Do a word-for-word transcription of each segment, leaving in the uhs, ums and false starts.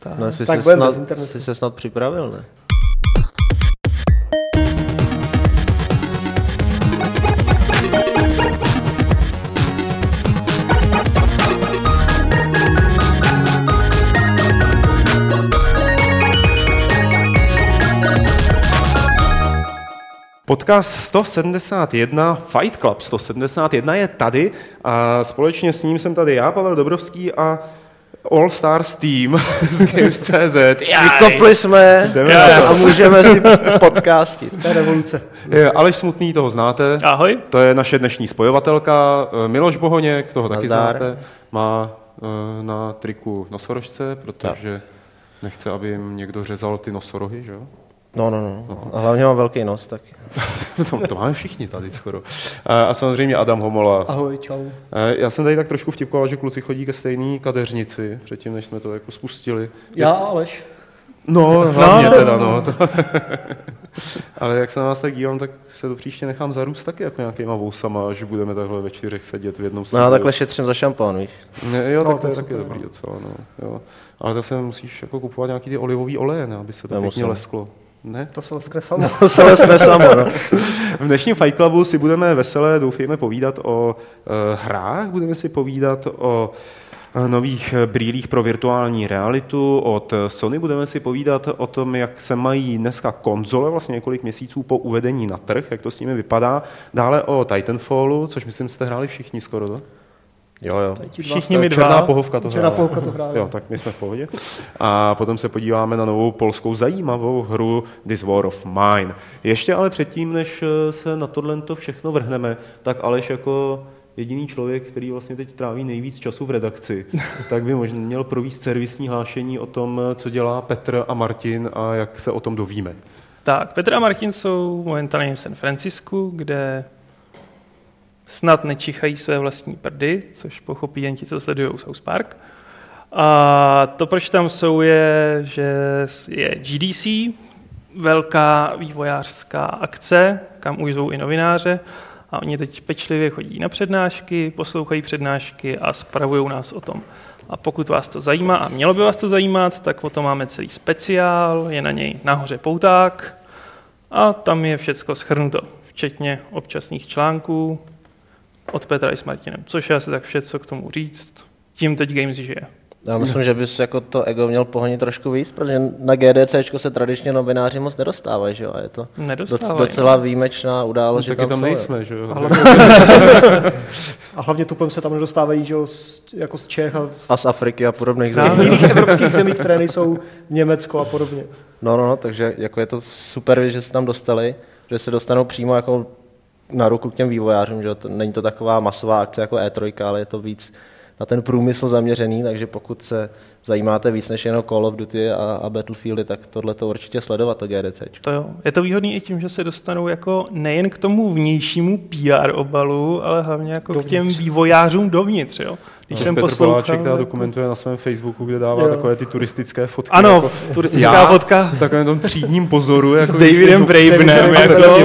No, jsi, tak se snad, jsi se snad připravil, ne? Podcast sto sedmdesát jedna, Fight Club sto sedmdesát jedna je tady a společně s ním jsem tady já, Pavel Dobrovský a All Stars Team z Games tečka cé zet. Vykopli jsme a můžeme si podcastit. To je revoluce. Je, Aleš Smutný, toho znáte. Ahoj. To je naše dnešní spojovatelka. Miloš Bohoněk, toho taky Nazdar. znáte. Má uh, na triku nosorožce, protože nechce, aby jim někdo řezal ty nosorohy, že jo? No, no, no, no. A hlavně mám velký nos taky. to, to máme všichni tady skoro. A, a samozřejmě Adam Homola. Ahoj, čau. Já jsem tady tak trošku vtipkoval, že kluci chodí ke stejný kadeřnici, předtím, než jsme to jako spustili. Já a Aleš. No, hlavně no. teda, no. To... Ale jak se na vás tak dívám, tak se to příště nechám zarůst taky jako nějakýma vousama, až budeme takhle ve čtyřech sedět v jednom studiu. No, takhle šetřím za šampán, víš? Ne, jo, no, tak to je super, taky no. dobrý docela, no. Jo. Ale zase musíš jako kupovat nějaký ty olivový oleje, ne, aby se to Nemusím. pěkně lesklo. Ne? To se leskne samo. To se leskne samo, no. V dnešním Fight Clubu si budeme veselé, doufejme, povídat o uh, hrách, budeme si povídat o uh, nových brýlích pro virtuální realitu od Sony, budeme si povídat o tom, jak se mají dneska konzole, vlastně několik měsíců po uvedení na trh, jak to s nimi vypadá, dále o Titanfallu, což myslím, jste hráli všichni skoro, to? Jo, jo. Všichni my dva. Černá pohovka to Černá pohovka to hrála. Jo, tak my jsme v pohodě. A potom se podíváme na novou polskou zajímavou hru This War of Mine. Ještě ale předtím, než se na tohle všechno vrhneme, tak Aleš jako jediný člověk, který vlastně teď tráví nejvíc času v redakci, tak by možná měl provést servisní hlášení o tom, co dělá Petr a Martin a jak se o tom dovíme. Tak, Petr a Martin jsou momentálně v San Francisku, kde snad nečichají své vlastní prdy, což pochopí jen ti, co sledují South Park. A to, proč tam jsou, je, že je G D C, velká vývojářská akce, kam už zvou i novináře, a oni teď pečlivě chodí na přednášky, poslouchají přednášky a spravují nás o tom. A pokud vás to zajímá, a mělo by vás to zajímat, tak o tom máme celý speciál, je na něj nahoře pouták a tam je všecko shrnuto, včetně občasných článků od Petra i s Martinem, což je asi tak vše, co k tomu říct. Tím teď Games žije. Já myslím, že bys jako to ego měl pohonit trošku víc, protože na GDCčko se tradičně novináři moc nedostávají, že jo? A je to docela výjimečná událost, že taky tam, tam nejsme, že jo? A hlavně, a hlavně tupem se tam nedostávají, že jo, z, jako z Čech a, a z Afriky a podobných z těch jiných evropských zemí, které nejsou Německo a podobně. No, no, no, takže jako je to super, že se tam dostali, že se dostanou přímo jako na ruku k těm vývojářům, že to, není to taková masová akce jako E tři, ale je to víc na ten průmysl zaměřený, takže pokud se zajímáte víc než jenom Call of Duty a, a Battlefieldy, tak tohle to určitě sledovat, to GDCčko. To jo. Je to výhodný i tím, že se dostanou jako nejen k tomu vnějšímu P R obalu, ale hlavně jako dovnitř. K těm vývojářům dovnitř, jo. Když no, jsem Petr poslouchal, Poláček teda jako... dokumentuje na svém Facebooku, kde dává jo. takové ty turistické fotky. Ano, jako turistická já, fotka. V takovém tom třídním pozoru. Jako s Davidem Bravenem. Jako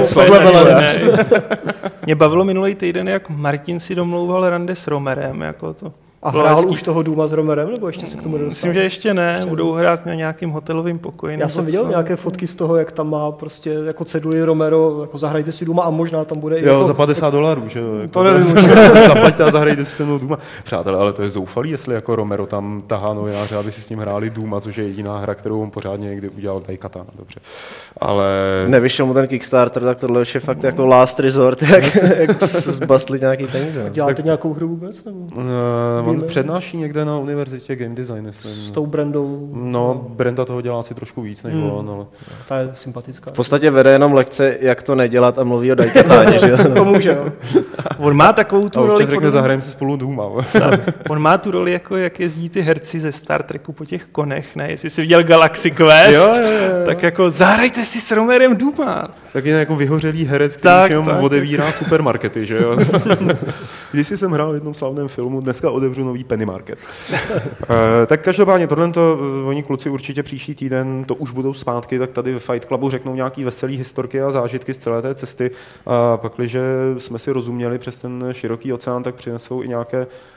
Mě bavilo minulý týden, jak Martin si domlouval rande s Romerem. Jako to. A hrál hezký. Už toho Důma s Romerem, nebo ještě se k tomu nedostal? Myslím, že ještě ne, ještě budou hrát na nějakým hotelovým pokoji. Já jsem viděl co? nějaké fotky z toho, jak tam má prostě jako ceduly Romero, jako zahrajte si Důma a možná tam bude jo, i jako... za padesát dolarů, že jo? To nevím. Zaplaťte a zahrajte si se mnou Důma. Přátelé, ale to je zoufalý, jestli jako Romero tam tahá novináře, aby si s ním hráli Důma, což je jediná hra, kterou on pořádně někdy udělal, tady Katana, dobře. Ale... Nevyšel mu ten Kickstarter, tak tohle už je fakt jako last resort, jak, jak zbastlit nějaký peníze. Děláte nějakou hru vůbec? Nebo? Uh, on přednáší někde na univerzitě Game Design, myslím. S tou Brandou? No, Brenda toho dělá asi trošku víc než hmm. on, ale... Ta je sympatická. V podstatě vede jenom lekce, jak to nedělat a mluví o Daikatáně, že jo? To může, jo. On má takovou tu a roli... řekne, zahrajeme si spolu Důma. On má tu roli, jako jak jezdí ty herci ze Star Treku po těch konech, ne? Jestli jsi viděl Galaxy Quest, jo, jo, jo. tak jako zahrajte si s Romerem Důma. Tak je jako vyhořelý herec, který jenom odevírá supermarkety, že jo? Když jsem hrál v jednom slavném filmu, dneska otevřu nový Penny Market. uh, tak každopádně tohle, uh, oni kluci určitě příští týden, to už budou zpátky, tak tady ve Fight Clubu řeknou nějaký veselý historky a zážitky z celé té cesty. A pakliže jsme si rozuměli přes ten široký oceán, tak přinesou i nějaké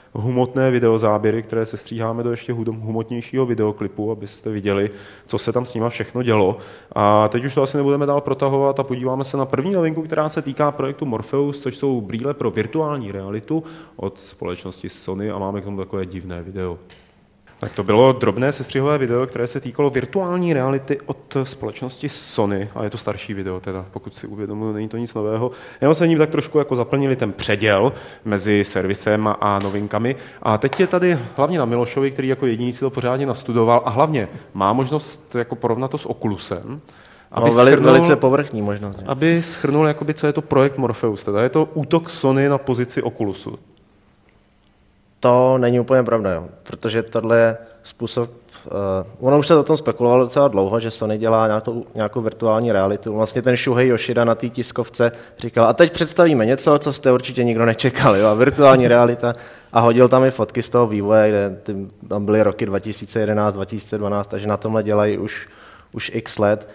humotné videozáběry, které se stříháme do ještě humotnějšího videoklipu, abyste viděli, co se tam s nima všechno dělo. A teď už to asi nebudeme dál protahovat a podíváme se na první novinku, která se týká projektu Morpheus, což jsou brýle pro virtuální realitu od společnosti Sony a máme k tomu takové divné video. Tak to bylo drobné sestřihové video, které se týkalo virtuální reality od společnosti Sony, a je to starší video teda, pokud si uvědomuji, není to nic nového. Jenom se ním tak trošku jako zaplnili ten předěl mezi servisem a novinkami. A teď je tady hlavně na Milošovi, který jako jediný si to pořádně nastudoval a hlavně má možnost jako porovnat to s Oculusem. Aby no, veli, schrnul, velice povrchní možnost. Aby schrnul, jakoby, co je to projekt Morpheus. Teda je to útok Sony na pozici Oculusu. To není úplně pravda, jo. Protože tohle je způsob, uh, ono už se o tom spekulovalo docela dlouho, že Sony dělá nějakou, nějakou virtuální realitu. Vlastně ten Shuhei Yoshida na té tiskovce říkal, a teď představíme něco, co jste určitě nikdo nečekal, jo, a virtuální realita. A hodil tam i fotky z toho vývoje, kde ty, tam byly roky dva tisíce jedenáct, dva tisíce dvanáct, takže na tomhle dělají už, už x let.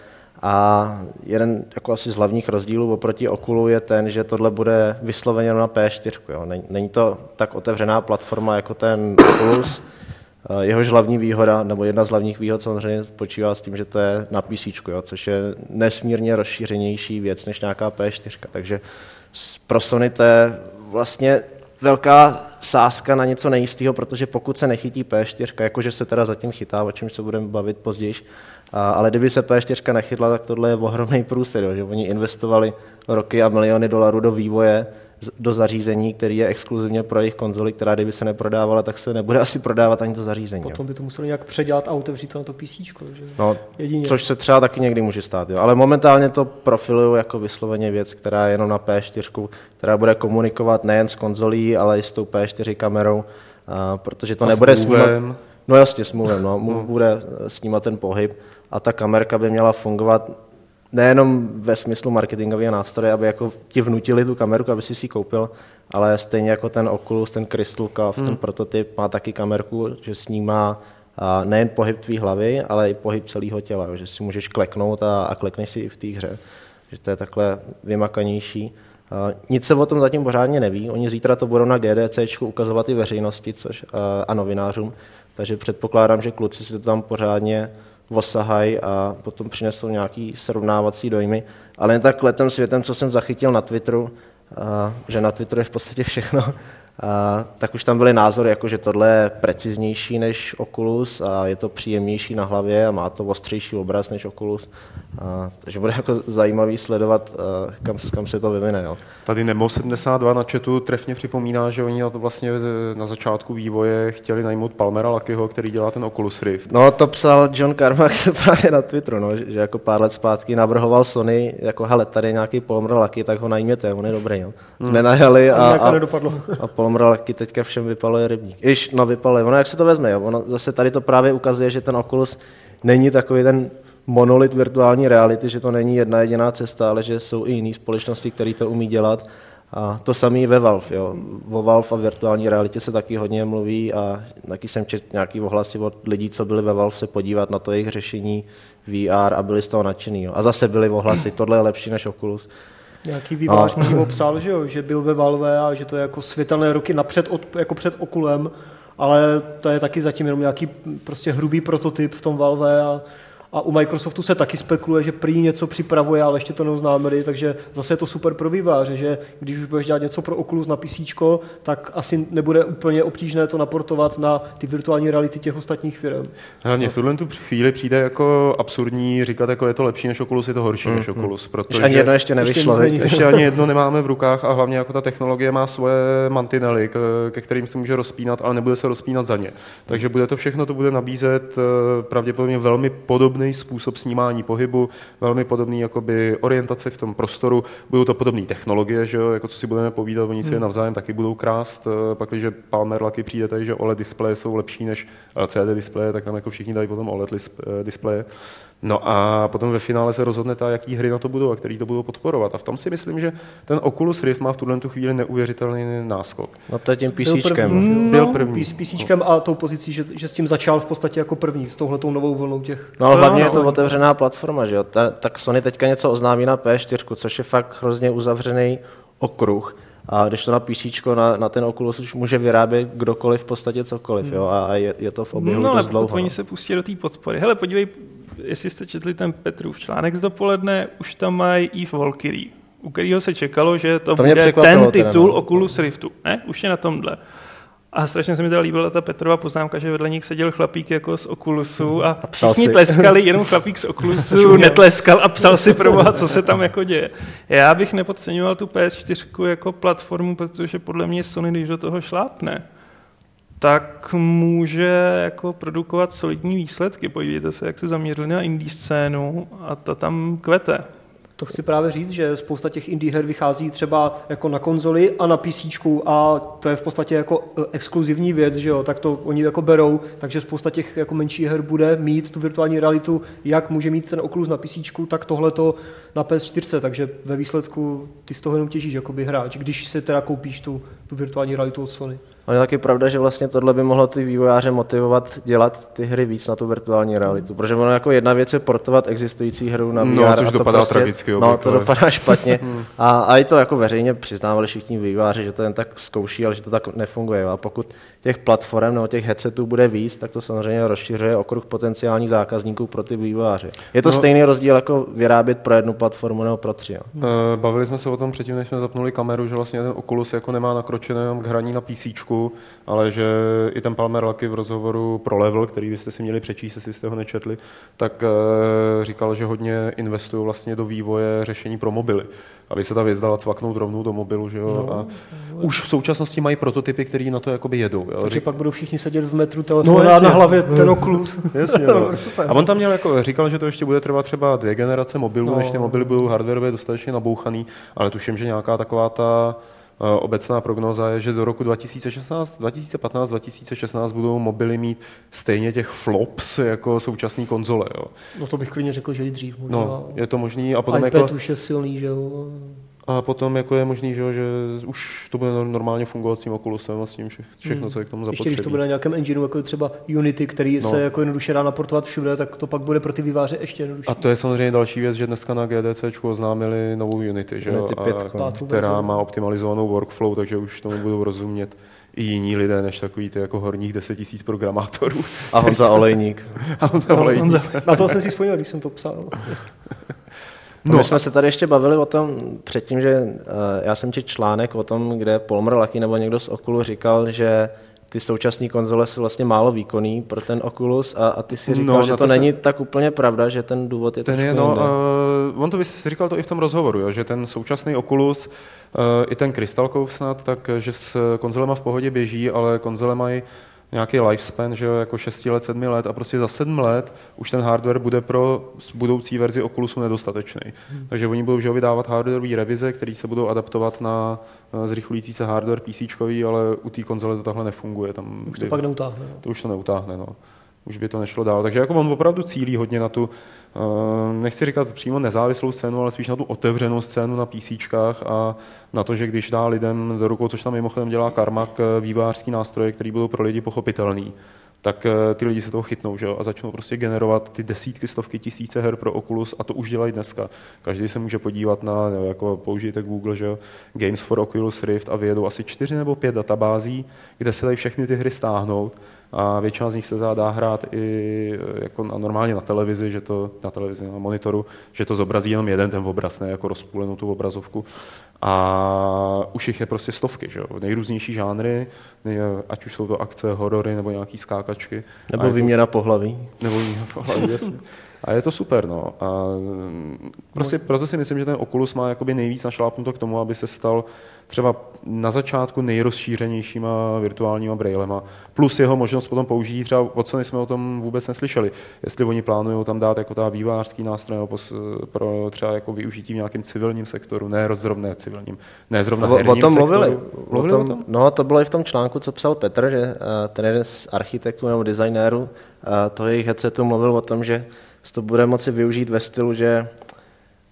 A jeden jako asi z hlavních rozdílů oproti Oculu je ten, že tohle bude vysloveně na P čtyři. Jo. Není to tak otevřená platforma jako ten Oculus. Jehož hlavní výhoda, nebo jedna z hlavních výhod samozřejmě spočívá s tím, že to je na P C, jo, což je nesmírně rozšířenější věc než nějaká P čtyři. Takže pro Sony to je vlastně velká sázka na něco nejistého, protože pokud se nechytí P čtyři, jakože se teda zatím chytá, o čem se budeme bavit později, ale kdyby se P čtyři nechytla, tak tohle je ohromný průser, že oni investovali roky a miliony dolarů do vývoje, do zařízení, který je exkluzivně pro jejich konzoli, která kdyby se neprodávala, tak se nebude asi prodávat ani to zařízení. Potom by to museli nějak předělat a otevřít to na to P C. Že? No, což se třeba taky někdy může stát. Jo. Ale momentálně to profiluju jako vysloveně věc, která je jenom na P čtyři, která bude komunikovat nejen s konzolí, ale i s tou P čtyři kamerou, a protože to a nebude snímat. No jasně, s movem, no. Move no. bude snímat ten pohyb a ta kamerka by měla fungovat nejenom ve smyslu marketingového nástroje, aby jako ti vnutili tu kamerku, aby si si koupil, ale stejně jako ten Oculus, ten Crystal Cove, hmm. ten prototyp má taky kamerku, že snímá nejen pohyb tvý hlavy, ale i pohyb celého těla, že si můžeš kleknout a, a klekneš si i v té hře, že to je takhle vymakanější. Nic se o tom zatím pořádně neví, oni zítra to budou na GDCčku ukazovat i veřejnosti což, a novinářům, takže předpokládám, že kluci si to tam pořádně osahají a potom přinesou nějaký srovnávací dojmy. Ale jen tak letem světem, co jsem zachytil na Twitteru, a, že na Twitteru je v podstatě všechno, a, tak už tam byly názory, jako že tohle je preciznější než Oculus a je to příjemnější na hlavě a má to ostřejší obraz než Oculus. A, takže bude jako zajímavý sledovat, a, kam, kam se to vyvine. Jo. Tady Nemo sedmdesát dva na chatu trefně připomíná, že oni na to vlastně na začátku vývoje chtěli najmout Palmera Luckyho, který dělá ten Oculus Rift. No to psal John Carmack právě na Twitteru, no, že, že jako pár let zpátky navrhoval Sony, jako hele, tady je nějaký Palmer Lucky, tak ho najměte, on je dobrý. Jo. Hmm. Nenajali a, a, a Palmer Lucky teďka všem vypaluje rybník. Iž, no vypaluje, ono jak se to vezme, jo. Ono zase tady to právě ukazuje, že ten Oculus není takový ten monolit virtuální reality, že to není jedna jediná cesta, ale že jsou i jiné společnosti, které to umí dělat. A to samé ve Valve. Jo. O Valve a virtuální realitě se taky hodně mluví a taky jsem četl nějaký ohlasy od lidí, co byli ve Valve se podívat na to jejich řešení V R a byli z toho nadšený. Jo. A zase byli ohlasy, tohle je lepší než Oculus. Nějaký vývojář přímo psal, že, jo, že byl ve Valve a že to je jako světelné roky napřed od, jako před Oculem, ale to je taky zatím jenom nějaký prostě hrubý prototyp v tom Valve a A u Microsoftu se taky spekuluje, že prý něco připravuje, ale ještě to neoznámili, takže zase je to super pro vývojáře, že když už budeš dělat něco pro Oculus na PCčko, tak asi nebude úplně obtížné to naportovat na ty virtuální reality těch ostatních firm. Hlavně v tuhle tu chvíli přijde jako absurdní říkat, jako je to lepší než Oculus, je to horší mm, než Oculus, protože ani jedno ještě nevyšlo. Ještě, ještě ani jedno nemáme v rukách a hlavně jako ta technologie má svoje mantinely, ke kterým se může rozpínat, ale nebude se rozpínat za ně. Takže bude to všechno, to bude nabízet pravděpodobně velmi podobný způsob snímání pohybu, velmi podobný jakoby orientace v tom prostoru. Budou to podobné technologie, že jo, jako co si budeme povídat, oni si je navzájem taky budou krást. Pak, když Palmer Lucky přijde tady, že O L E D displeje jsou lepší než C D displeje, tak tam jako všichni dají potom O L E D displeje. No a potom ve finále se rozhodne ta, jaký hry na to budou a který to budou podporovat. A v tom si myslím, že ten Oculus Rift má v tuhle tu chvíli neuvěřitelný náskok. No to je tím PCčkem. Byl první. PCčkem a tou pozicí, že, že s tím začal v podstatě jako první, s touhletou novou vlnou těch. No ale hlavně je to otevřená platforma, že jo. Ta, tak Sony teďka něco oznámí na P čtyři, což je fakt hrozně uzavřený okruh. A když to na písíčko, na, na ten Oculus už může vyrábět kdokoliv v podstatě cokoliv, jo, a je, je to v oběhu no, dost dlouho. No, ale oni se pustí do té podpory. Hele, podívej, jestli jste četli ten Petrův článek z dopoledne, už tam mají Eve Valkyrie, u kterého se čekalo, že to, to bude ten titul teda, Oculus Riftu. Ne? Už je na tomhle. A strašně se mi teda líbila ta Petrova poznámka, že vedle nich seděl chlapík jako z Oculusu a, a všichni si. tleskali, jenom chlapík z Oculusu netleskal a psal si proboha, co se tam jako děje. Já bych nepodceňoval tu P S čtyři jako platformu, protože podle mě Sony, když do toho šlápne, tak může jako produkovat solidní výsledky. Podívejte se, jak se zaměřili na indie scénu a ta tam kvete. To chci právě říct, že spousta těch indie her vychází třeba jako na konzoli a na PCčku a to je v podstatě jako exkluzivní věc, že jo, tak to oni jako berou, takže spousta těch jako menších her bude mít tu virtuální realitu, jak může mít ten Oculus na PCčku, tak tohleto na P S čtyři, takže ve výsledku ty z toho jenom těžíš jakoby hráč, když si teda koupíš tu, tu virtuální realitu od Sony. Ale je taky pravda, že vlastně tohle by mohlo ty vývojáře motivovat dělat ty hry víc na tu virtuální realitu, protože ono jako jedna věc je portovat existující hru na V R. No, což a to dopadá prostě, tragicky. No, to dopadá špatně. a, a i to jako veřejně přiznávali všichni vývojáři, že to jen tak zkouší, ale že to tak nefunguje. A pokud těch platform nebo těch headsetů bude víc, tak to samozřejmě rozšiřuje okruh potenciálních zákazníků pro ty vývojáře. Je to no, stejný rozdíl jako vyrábět pro jednu platformu nebo pro tři. Jo. Bavili jsme se o tom předtím, než jsme zapnuli kameru, že vlastně ten Oculus jako nemá nakročené jenom k hraní na PCčku, ale že i ten Palmer Luckey v rozhovoru pro Level, který byste si měli přečíst, jestli jste ho nečetli, tak říkal, že hodně investují vlastně do vývoje řešení pro mobily, aby se ta věc dala cvaknout rovnou do mobilu, že jo? No, a no, už v současnosti mají prototypy, které na to jakoby jedou. Jo? Takže pak budou všichni sedět v metru, telefon no, na hlavě ten Oculus. Jasně, no. A on tam měl jako, říkal, že to ještě bude trvat třeba dvě generace mobilů, no, než ty mobily budou hardwarově dostatečně nabouchaný, ale tuším, že nějaká taková ta obecná prognóza je, že do roku dva tisíce šestnáct, dva tisíce patnáct, dva tisíce šestnáct budou mobily mít stejně těch flops jako současné konzole. Jo. No to bych klidně řekl, že i dřív. Možná. No, je to možný. A potom iPad jako, už je silný, že jo. A potom jako je možný, že, že už to bude normálně fungovat s tím Oculusem a s tím všechno, hmm. co je k tomu zapotřebí. Ještě když to bude na nějakém engineu, jako třeba Unity, který no. se jako jednoduše dá naportovat všude, tak to pak bude pro ty výváře ještě jednodušší. A to je samozřejmě další věc, že dneska na GDCčku oznámili novou Unity, že Unity pět, a, která má optimalizovanou workflow, takže už tomu budou rozumět i jiní lidé, než takový ty jako horních deset tisíc programátorů. A Honza Olejník. A Honza Olejník. Na to jsem si vzpomněl, když jsem to psal. No. My jsme se tady ještě bavili o tom předtím, že uh, já jsem četl článek o tom, kde Palmer Luckey nebo někdo z Oculu říkal, že ty současné konzole jsou vlastně málo výkonný pro ten Oculus a, a ty si říkal, no, že to, to není se... tak úplně pravda, že ten důvod je ten je, no, uh, on to vys, říkal to i v tom rozhovoru, jo, že ten současný Oculus, uh, i ten Crystal Cove snad, tak že s konzolema v pohodě běží, ale konzole mají nějaký lifespan, že jo, jako šest let, sedm let a prostě za sedm let už ten hardware bude pro budoucí verzi Oculusu nedostatečný. Hmm. Takže oni budou že jo, vydávat hardwareové revize, které se budou adaptovat na zrychlující se hardware PCčkový, ale u té konzole to takhle nefunguje. Tam už to pak neutáhne. No. To už to neutáhne, no. Už by to nešlo dál. Takže jako on opravdu cílí hodně na tu, nechci říkat přímo nezávislou scénu, ale spíš na tu otevřenou scénu na PCčkách a na to, že když dá lidem do rukou, což tam mimochodem dělá Carmack, vývojářský nástroje, které budou pro lidi pochopitelný, tak ty lidi se toho chytnou, že jo, a začnou prostě generovat ty desítky, stovky, tisíce her pro Oculus a to už dělají dneska. Každý se může podívat na, jako použijte Google, že jo, Games for Oculus Rift a vyjedou asi čtyři nebo pět databází, kde se dají všechny ty hry stáhnout a většina z nich se dá hrát i jako normálně na televizi, že to, na televizi, na monitoru, že to zobrazí jenom jeden ten obraz, ne jako rozpůlenou tu obrazovku. A už jich je prostě stovky, že jo, nejrůznější žánry, ať už jsou to akce, horory nebo nějaký skákačky. Nebo výměna pohlaví. Nebo výměna pohlaví, jasně. A je to super, no. A prostě proto si myslím, že ten Oculus má jakoby nejvíc našlápnuto k tomu, aby se stal třeba na začátku nejrozšířenějšíma virtuálníma brailema. Plus jeho možnost potom použít, třeba od Sony jsme o tom vůbec neslyšeli. Jestli oni plánují tam dát jako ta vývojářský nástroj nebo pro třeba jako využití v nějakém civilním sektoru, ne zrovna civilním, ne zrovna herním o tom sektoru. Mluvili. Mluvili o tom, o tom? No, to bylo i v tom článku, co psal Petr, že uh, ten jeden z architektů nebo designérů uh, toho jejich headsetu mluvil o tom, že to bude moci využít ve stylu, že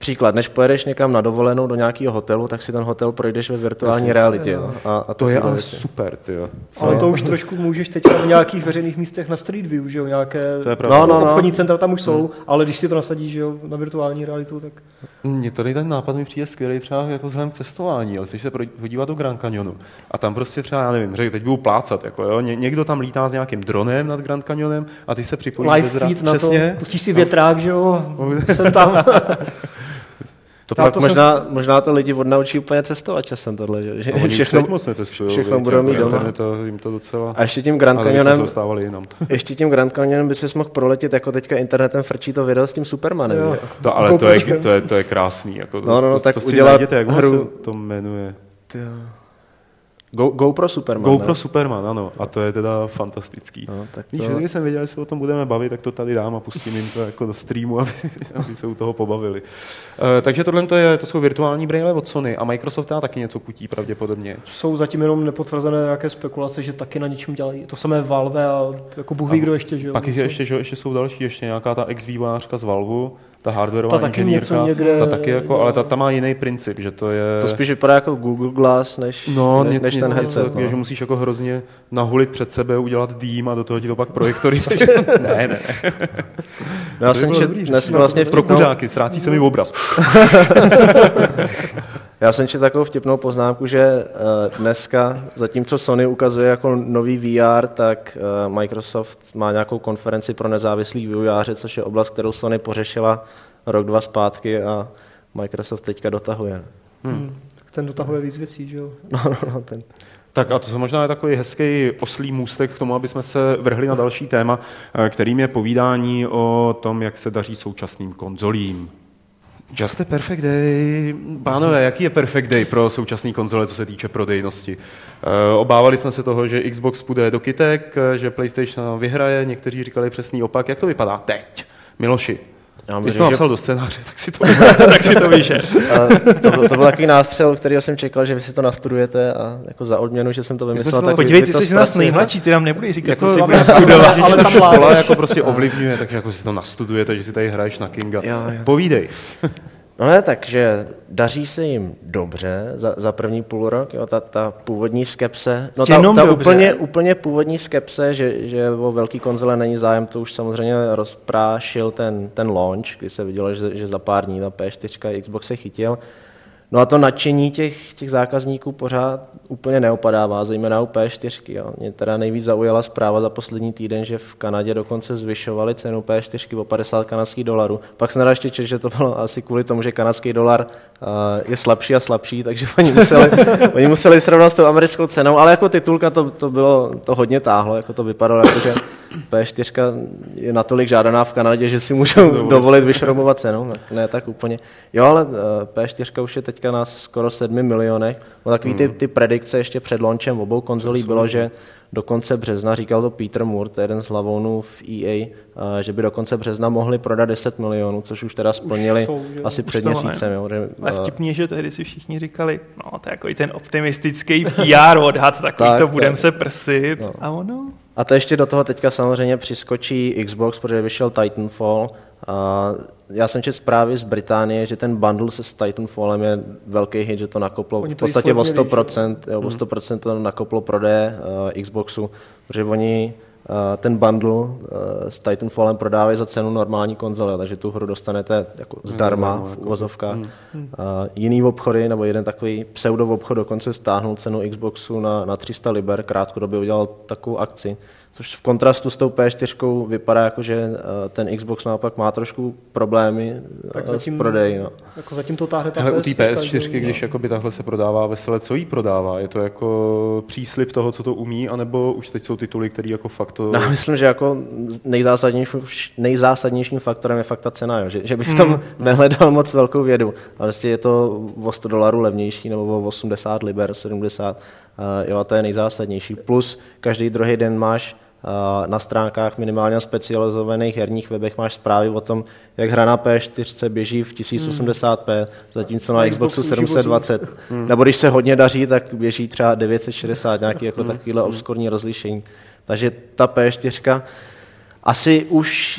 Příklad, než pojedeš někam na dovolenou do nějakého hotelu, tak si ten hotel projdeš ve virtuální Jasně. realitě. A, a To je ale věci. super, tyjo. Ale to už trošku můžeš teď v nějakých veřejných místech na Street View, že jo, nějaké To je pravda. No, no, no. obchodní centra tam už jsou, hmm. ale když si to nasadíš, že jo, na virtuální realitu, tak... Mně tady ten nápad mi přijde skvělý třeba jako vzhledem k cestování, ale chceš se podívat do Grand Canyonu a tam prostě třeba, já nevím, že teď budu plácat, jako jo, Ně, někdo tam lítá s nějakým dronem nad Grand Canyonem a ty se připojíš Live bez rá- feed na přesně. to, pustíš si větrák, že jo, jsem tam. To Tam pak to možná, jsem... možná to lidi odnaučí úplně cestovat časem tohle, že, že No, oni všechno, už teď moc necestují, všechno víc, budou mít jako doma. internet, to, jim to docela... A ještě tím Grand Ale bychom se Canyonem, dostávali jinam. ještě tím Grand Canyonem by si mohl proletět, jako teďka internetem frčí to video s tím Supermanem. Jo. Že? To, ale to je, to, je, to je krásný. Jako, No, no, no, to, tak to si udělat najděte, jak hru- se to jmenuje. Go, GoPro Superman. GoPro ne? Superman, ano. A to je teda fantastický. No, tak Víš, to... když jsem věděl, že se o tom budeme bavit, tak to tady dám a pustím jim to jako do streamu, aby, aby se u toho pobavili. Uh, takže tohle to, je, to jsou virtuální brejle od Sony a Microsoft má taky něco kutí pravděpodobně. Jsou zatím jenom nepotvrzené nějaké spekulace, že taky na něčem dělají. To samé Valve a jako Bůh ví, kdo ještě, že jo. Pak jich je ještě, že, ještě jsou další, ještě nějaká ta ex-vývojářka z Valvu, ta hardwareová Ta taky inženýrka, něco někde- ta taky jako, ale ta, ta má jiný princip, že to je... To spíš vypadá jako Google Glass, než, No, než, ně, než ně, ten něco headset. takového, No. že musíš jako hrozně nahulit před sebe, udělat dým a do toho ti to pak projektory. ne, ne. No, já To by jsem bylo čet, dobrý, dnes že? vlastně Pro vtipnou, kuřáky, ztrácí se mi obraz. já jsem četl takovou vtipnou poznámku, že uh, dneska, zatímco Sony ukazuje jako nový V R, tak uh, Microsoft má nějakou konferenci pro nezávislý vývojáře, což je oblast, kterou Sony pořešila rok, dva zpátky a Microsoft teďka dotahuje. Hmm. Ten dotahuje víc věcí, že jo. No, no, no, ten. Tak a to možná je takový hezký oslý můstek k tomu, aby jsme se vrhli na další téma, kterým je povídání o tom, jak se daří současným konzolím. Just a perfect day. Pánové, jaký je perfect day pro současný konzole, co se týče prodejnosti? Obávali jsme se toho, že Xbox půjde do kytek, že PlayStation vyhraje, někteří říkali přesný opak. Jak to vypadá teď? Miloši, Já ty jsi myslím, to že- napsal do scénáře, tak si to... tak si to víš, že? A to, byl, to byl takový nástřel, kterýho jsem čekal, že vy si to nastudujete a jako za odměnu, že jsem to vymyslel. to- Tak vy- Podívej, vy ty to jsi z nás zpracujete. nejmladší, ty nám nebudeš říkat, Jako, co si ale- budeš ale- studovat. ale ta tam škola mládež. jako prostě ovlivňuje, takže jako si to nastudujete, že si tady hraješ na Kinga. Jo, jo. Povídej. No ne, takže daří se jim dobře za, za první půl rok, jo, ta, ta původní skepse, no ta, Jenom ta dobře. úplně, úplně původní skepse, že, že o velký konzole není zájem, to už samozřejmě rozprášil ten, ten launch, kdy se vidělo, že, že za pár dní ta P čtyři a Xbox se chytil. No a to nadšení těch, těch zákazníků pořád úplně neopadává, zejména u P čtyři. Jo. Mě teda nejvíc zaujala zpráva za poslední týden, že v Kanadě dokonce zvyšovali cenu P čtyři o padesát kanadských dolarů. Pak jsem teda ještě četl, že to bylo asi kvůli tomu, že kanadský dolar uh, je slabší a slabší, takže oni museli, oni museli srovnat s tou americkou cenou, ale jako titulka to, to bylo, to hodně táhlo, jako to vypadalo, jako že P čtyři je natolik žádaná v Kanadě, že si můžou dovolit vyšrobovat cenu. Tak ne tak úplně. Jo, ale uh, P čtyři už je teďka na skoro sedmi milionech. No, takový ty, ty predikce ještě před launchem obou konzolí bylo, že do konce března, říkal to Peter Moore, to je jeden z hlavounů v E A, uh, že by do konce března mohli prodat deset milionů, což už teda splnili jsou, že jo? asi Už před to měsícem. Jo, že, Ale uh, vtipně, že tehdy si všichni říkali, no to je jako ten optimistický P R odhad, takový Tak, to budem tak. se prsit. No. A ono? A to ještě do toho teďka samozřejmě přiskočí Xbox, protože vyšel Titanfall. A já jsem četl zprávy z Británie, že ten bundle se s Titanfallem je velký hit, že to nakoplo Oni v to i podstatě o slevnili, sto že? procent, jo, o sto procent to nakoplo prodeje uh, Xboxu, protože oni uh, ten bundle uh, s Titanfallem prodávají za cenu normální konzole, takže tu hru dostanete jako zdarma Zadarmo, v jako. uvozovkách. Uh, jiný obchody, nebo jeden takový pseudo obchod dokonce stáhnul cenu Xboxu na, na tři sta liber, krátkodobě udělal takovou akci, což v kontrastu s tou P čtyři vypadá jako, že uh, ten Xbox naopak má trošku problémy Tak uh, zatím- s prodejí. No. Jako zatím to táhne ta Ale u té P S že jo. čtyři, když jakoby takhle se prodává vesele, co jí prodává? Je to jako příslib toho, co to umí, anebo už teď jsou tituly, které jako fakt to... No, myslím, že jako nejzásadnějším, nejzásadnějším faktorem je fakt ta cena, jo. Že, že bych v tom nehledal moc velkou vědu. Ale prostě je to o sto dolarů levnější nebo o osmdesát liber, sedmdesát. Uh, jo, a to je nejzásadnější. Plus každý druhý den máš uh, na stránkách minimálně na specializovaných herních webech máš zprávy o tom, jak hra na P čtyři běží v tisíc osmdesát p, zatímco na Na Xboxu Xboxu sedm set dvacet. Nebo když se hodně daří, tak běží třeba devět set šedesát, nějaký jako takovýhle obskurní rozlišení. Takže ta P čtyři asi už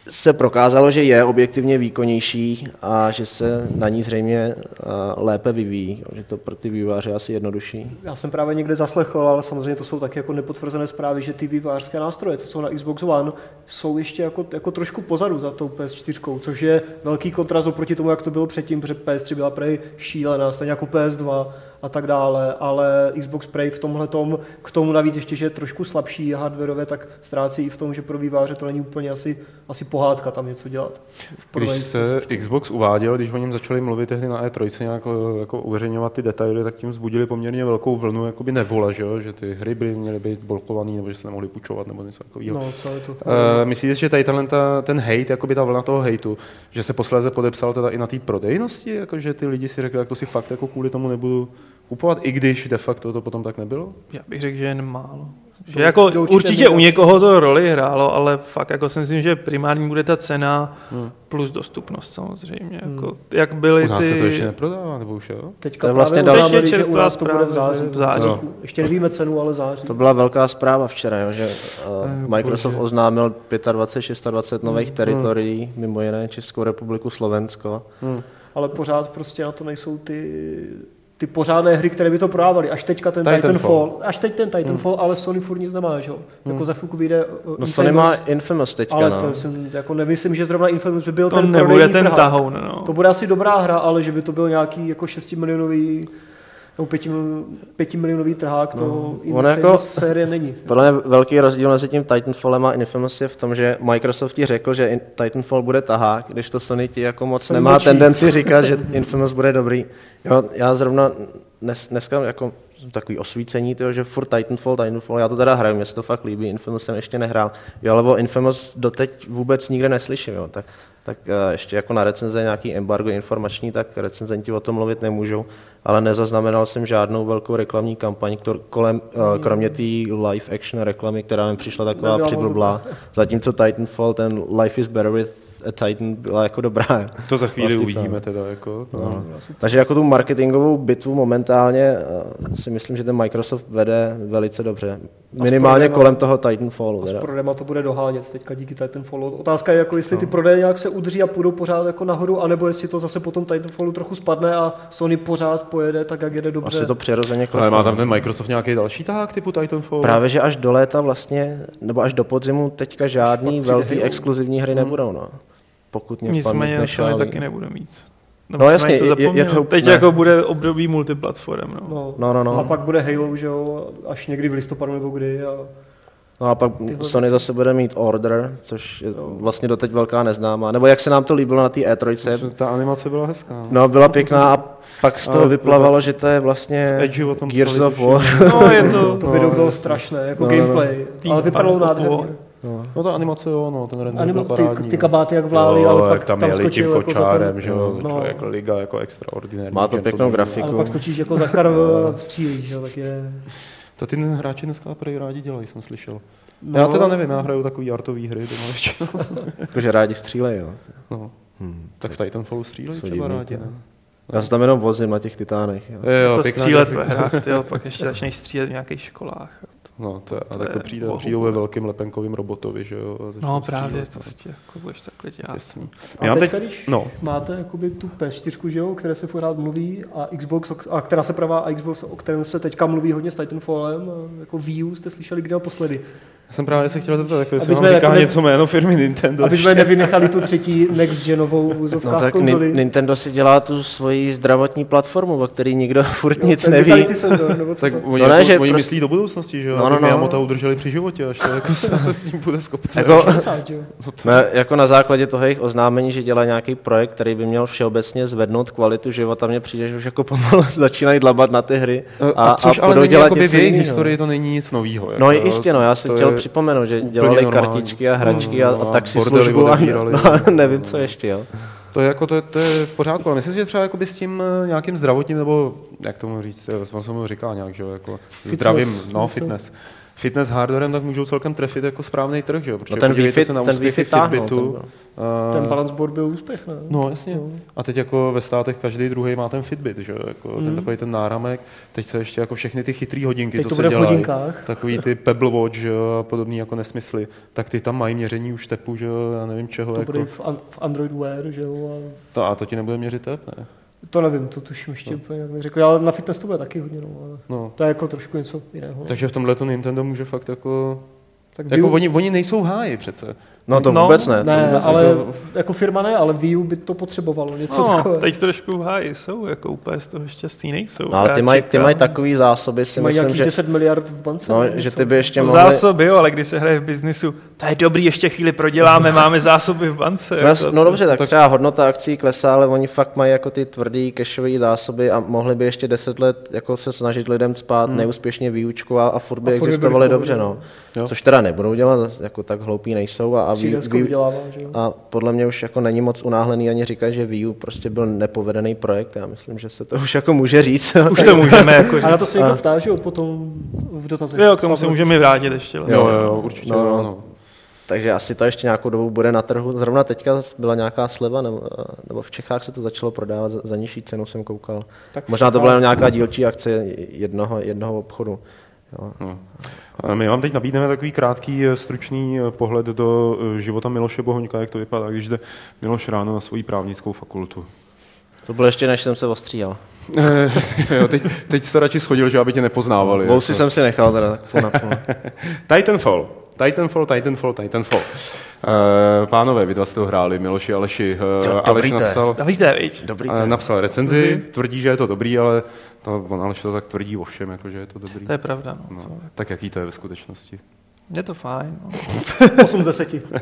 se prokázalo, že je objektivně výkonnější a že se na ní zřejmě lépe vyvíjí, že to pro ty vývojáře asi jednodušší. Já jsem právě někde zaslechl, ale samozřejmě to jsou taky jako nepotvrzené zprávy, že ty vývojářské nástroje, co jsou na Xbox One, jsou ještě jako, jako trošku pozadu za tou P S čtyři, což je velký kontrast oproti tomu, jak to bylo předtím, protože P S tři byla prej šílená, stejně jako P S dva a tak dále, ale Xbox prej v tomhletom, k tomu navíc ještě, že je trošku slabší hardwareově, tak ztrácí i v tom, že pro vývojáře to není úplně asi, asi pohádka tam něco dělat. Když se Xbox uváděl, když o něm začali mluvit tehdy na E tři, nějak jako uveřejňovat ty detaily, tak tím vzbudili poměrně velkou vlnu jakoby nevole, že, že ty hry by měly být blokovaný, nebo že se nemohly půjčovat, nebo něco takového. No, co je to? Uh, myslíte, že tady ta, ten hate, jakoby ta vlna toho hejtu, že se posléze podepsal teda i na té prodejnosti, jako že ty lidi si řekli, jak to si fakt jako kvůli tomu nebudu kupovat, i když de facto to potom tak nebylo? Já bych řekl, že jen málo. Že jako určitě, určitě u někoho to roli hrálo, ale fakt jako si myslím, že primární bude ta cena hmm. plus dostupnost samozřejmě. Hmm. Jako, jak byly u nás ty... se to ještě neprodává, nebo už jo? Teďka to vlastně právě další čerstvá zpráva v září. V září. No. Ještě nevíme cenu, ale září. To byla velká zpráva včera, jo, že uh, Microsoft Bože. oznámil dvacet pět, dvacet šest nových hmm. teritorií, mimo jiné Českou republiku, Slovensko. Hmm. Ale pořád prostě na to nejsou ty... ty pořádné hry, které by to prodávaly. Až teďka ten Titanfall, Titanfall až teď ten Titanfall, hmm. ale Sony furt nic nemá, že jo? Hmm. Jako za chvilku vyjde uh, No Infamous, Sony má Infamous teďka, ale no. to jsem, jako nemyslím, že zrovna Infamous by byl to ten nebude ten trhák. tahoun, no. To bude asi dobrá hra, ale že by to byl nějaký jako šestimilionový nebo pětimilionový trhák, to no. Infamous jako, série není. Podle mě velký rozdíl mezi tím Titanfallem a Infamous je v tom, že Microsoft ti řekl, že Titanfall bude tahák, když to Sony ti jako moc Jsem nemá bočí. tendenci říkat, že Infamous bude dobrý. Jo, já zrovna dnes, dneska jako takový osvícení, tyjo, že furt Titanfall, Titanfall, já to teda hraju, mně se to fakt líbí, Infamous jsem ještě nehrál, jo, ale o Infamous doteď vůbec nikde neslyším, jo, tak, tak uh, ještě jako na recenze nějaký embargo informační, tak recenzenti o tom mluvit nemůžou, ale nezaznamenal jsem žádnou velkou reklamní kampaň, ktor, kolem, uh, kromě té live action reklamy, která mi přišla taková přiblblá, zatímco Titanfall, ten Life is Better with a Titan byla jako dobrá. To za chvíli uvidíme teda. Jako, to... no. Takže jako tu marketingovou bitvu momentálně uh, si myslím, že ten Microsoft vede velice dobře. Minimálně kolem toho Titanfallu. A s prodejma to bude dohánět teďka díky Titanfallu. Otázka je, jako jestli ty prodeje nějak se udrží a půjdou pořád jako nahoru, anebo jestli to zase potom Titanfallu trochu spadne a Sony pořád pojede tak, jak jede dobře. Asi to přirozeně klesne. Ale má tam ten Microsoft nějaký další tahák typu Titanfall? Právě, že až do léta vlastně, nebo až do podzimu teďka žádný velký exkluzivní hry hmm. nebudou. No. Pokud mě nicméně Sony taky nebude mít. No, no jasně, je, je to... Teď ne. jako bude období multiplatform. No. No. No, no, no. A pak bude Halo, že jo, až někdy v listopadu nebo kdy. A... No a pak Sony zase bude mít Order, což je no. vlastně doteď velká neznámá. Nebo jak se nám to líbilo na té E tři. Ta animace byla hezká. No, byla pěkná a pak z toho vyplavalo, že to je vlastně Gears of War. No, je to, to video bylo strašné, jako no, gameplay, no. ale vypadalo nádherně. No. no ta animace jo, no, ten render byl parádní. Ty, ty kabáty jak vlály, jo, ale pak tam, tam skočil tím kočárem, jako že jo, no. Člověk liga jako extraordinární. Má to pěknou grafiku. Ale pak skočíš jako za kar střílíš, jo, tak je... To ty hráči dneska prej rádi dělají, jsem slyšel. No. Já teda nevím, já hraju takový artový hry doma většinou. Jakože rádi střílej, jo. No. Hmm. Tak v Titanfallu střílej třeba rádi, ne? Já se tam jenom vozím na těch titánech. Jo. Jo, jo, to střílet ve hrách, tyjo, pak ještě začneš střílet v nějakých školách. No, to, a tak to přijde, přijdou ve velkým lepenkovým robotovi, že jo? No právě, to prostě jako budeš takhle dělat. Jasný. A teď, když no. máte jakoby tu P S čtyři, že jo, o které se pořád mluví, a Xbox, a která se pravá a Xbox, o kterém se teďka mluví hodně s Titanfallem, jako Wii U jste slyšeli kdy naposledy? Já jsem právě se chtěl zeptat, jako jestli vám říká ne... něco jméno firmy Nintendo. Aby jsme nevynechali tu třetí next-genovou vůzovkách no, tak konzoli. Nintendo si dělá tu svoji zdravotní platformu, o který nikdo furt jo, nic neví. Senzor, nebo co tak to? oni, no ne, jako, že oni prost... myslí do budoucnosti, že jo? No, no, no. Miyamoto udrželi při životě, až to jako se, se s tím bude z kopce. Jako, no to... ne, jako na základě toho jejich oznámení, že dělá nějaký projekt, který by měl všeobecně zvednout kvalitu života, mně přijde, že už jako pomalu začínají dlabat na ty hry. A, a což a ale není, jako v jejich historii to není nic novýho. No jistě, no, já jsem chtěl připomenout, že dělali kartičky a hračky a, a taxislužbu a no, nevím, co ještě, jo. To je, jako, to, je, to je v pořádku, ale myslím si, že třeba s tím nějakým zdravotním, nebo jak tomu říct, on se mu říká nějak, že jo, jako zdravým, no, fitness. fitness hardwarem, tak můžou celkem trefit jako správný trh, že jo? Protože no ten podívejte Wi-Fi, se na ten úspěchy Wi-Fi táhnul, Fitbitu. Ten, ten balance board byl úspěch, ne? No jasně. No. A teď jako ve státech každý druhý má ten Fitbit, že jo? Jako mm. ten takový ten náramek. Teď se ještě jako všechny ty chytrý hodinky, teď co se dělají. Takový ty Pebble Watch, že jo? A podobný jako nesmysly. Tak ty tam mají měření už tepu, že jo? Já nevím čeho. To jako... bude v, an- v Android Wear, že jo? A... To, a to ti nebude měřit tep, ne? To nevím, to tuším ještě no. úplně jak neřekl, ale na fitness to bude taky hodně, no, ale no. To je jako trošku něco jiného. Takže v tomhle to Nintendo může fakt jako... Tak jako oni, oni nejsou háji přece. No to no, vůbec ne. ne to vůbec ale jako... jako firma ne, ale Wii U by to potřebovalo, něco no, takové. teď trošku v háji jsou, jako úplně z toho šťastí nejsou. No, ale ty mají ty maj takový zásoby, si mají myslím, že... deset miliard v bance. No, že ty by ještě mohli... Zásoby, jo, ale když se hraje v biznisu, to je dobrý, ještě chvíli proděláme, máme zásoby v bance. No, jako no dobře, tak třeba hodnota akcí klesá, ale oni fakt mají jako ty tvrdý cashové zásoby a mohli by ještě deset let jako se snažit lidem spát hmm. neúspěšně výučku a, a furt by a existovaly dobře, no. Jo. Což teda nebudou dělat, jako tak hloupí nejsou a, a, Wii, vydělává, že jo? A podle mě už jako není moc unáhlený ani říkat, že Wii U prostě byl nepovedený projekt. Já myslím, že se to už jako může říct. Už to můžeme jako říct. A na to se někdo ptá, že jo, potom v dotazech. Jo, k tomu se můžeme vrátit ještě. Vlastně. Jo, jo, určitě. No, no, no. Takže asi to ještě nějakou dobu bude na trhu. Zrovna teďka byla nějaká sleva, nebo, nebo v Čechách se to začalo prodávat za, za nižší cenu, jsem koukal. Tak možná to byla nějaká dílčí akce jednoho, jednoho obchodu. Jo. No. My vám teď nabídneme takový krátký, stručný pohled do života Miloše Bohoňka, jak to vypadá, když jde Miloš ráno na svoji právnickou fakultu. To bylo ještě, než jsem se ostříhal. jo, teď, teď jsi to radši schodil, že aby tě nepoznávali. Vousy jsem si nechal teda tak půl na půl. Titanfall. Titanfall, Titanfall, Titanfall. Uh, pánové, vy dva jste to hráli, Miloši, Aleši. Uh, Aleš napsal, dobrý dobrý uh, napsal recenzi, tvrdí, že je to dobrý, ale to, on Aleš to tak tvrdí o všem, jako, že je to dobrý. To je pravda. No, no, to... Tak jaký to je ve skutečnosti? Je to fajn. No. osm z deseti. uh,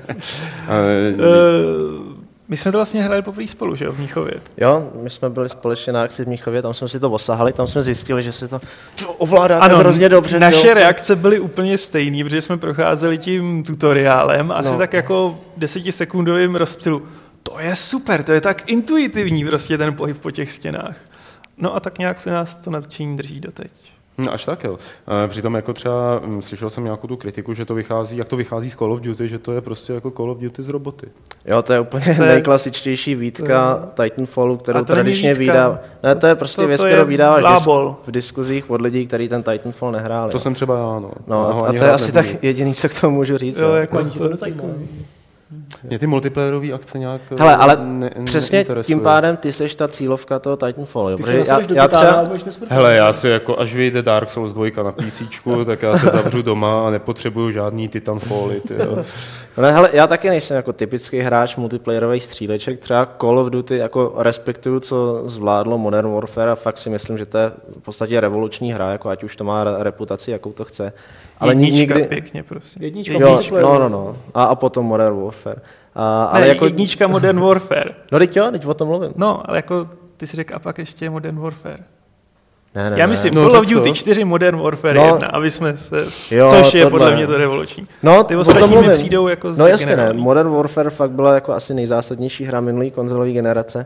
My jsme to vlastně hráli poprvé spolu, že jo, v Mnichově. Jo, my jsme byli společně na akci v Mnichově, tam jsme si to osahali, tam jsme zjistili, že si to ovládá ano, hrozně dobře. Naše jo. reakce byly úplně stejné, protože jsme procházeli tím tutoriálem, asi no. tak jako desetisekundovým rozptylu. To je super, to je tak intuitivní prostě ten pohyb po těch stěnách. No a tak nějak se nás to nadšení drží doteď. No, až tak, jo. Přitom jako třeba slyšel jsem nějakou tu kritiku, že to vychází, jak to vychází z Call of Duty, že to je prostě jako Call of Duty z roboty. Jo, to je úplně to je, nejklasičtější výtka je, Titanfallu, kterou tradičně vydá. Ne, to je prostě to, věc, to kterou vydáváš dis- v diskuzích od lidí, kteří ten Titanfall nehráli. To jsem třeba já, no. No, a to je asi tak jediný, co k tomu můžu říct. Jo, jako ani to nezajímá. Mě ty multiplayerové akce nějak hele, ale ne, přesně tím pádem ty seš ta cílovka toho Titanfallu. Jo? Ty já, já třeba... Hele, já si jako, až vyjde Dark Souls dva na PCčku, tak já se zavřu doma a nepotřebuju žádný Titanfally. No, hele, já taky nejsem jako typický hráč multiplayerových stříleček. Třeba Call of Duty jako respektuju, co zvládlo Modern Warfare a fakt si myslím, že to je v podstatě revoluční hra, jako ať už to má reputaci, jakou to chce. Ale jednička, nikdy... pěkně, prosím. Jednička, jo, no, no, no. A, a potom Modern Warfare. A, ale ne, jako... jednička Modern Warfare. No teď jo, teď o tom mluvím. No, ale jako ty si řekl, a pak ještě Modern Warfare. Ne, ne, Já myslím, no, Call of Duty čtyři, Modern Warfare no, jedna, aby jsme se, jo, což je tohle. podle mě to revoluční. No, ty ostatní mi přijdou jako no jasně ne, Modern Warfare fakt byla jako asi nejzásadnější hra minulý konzolové generace.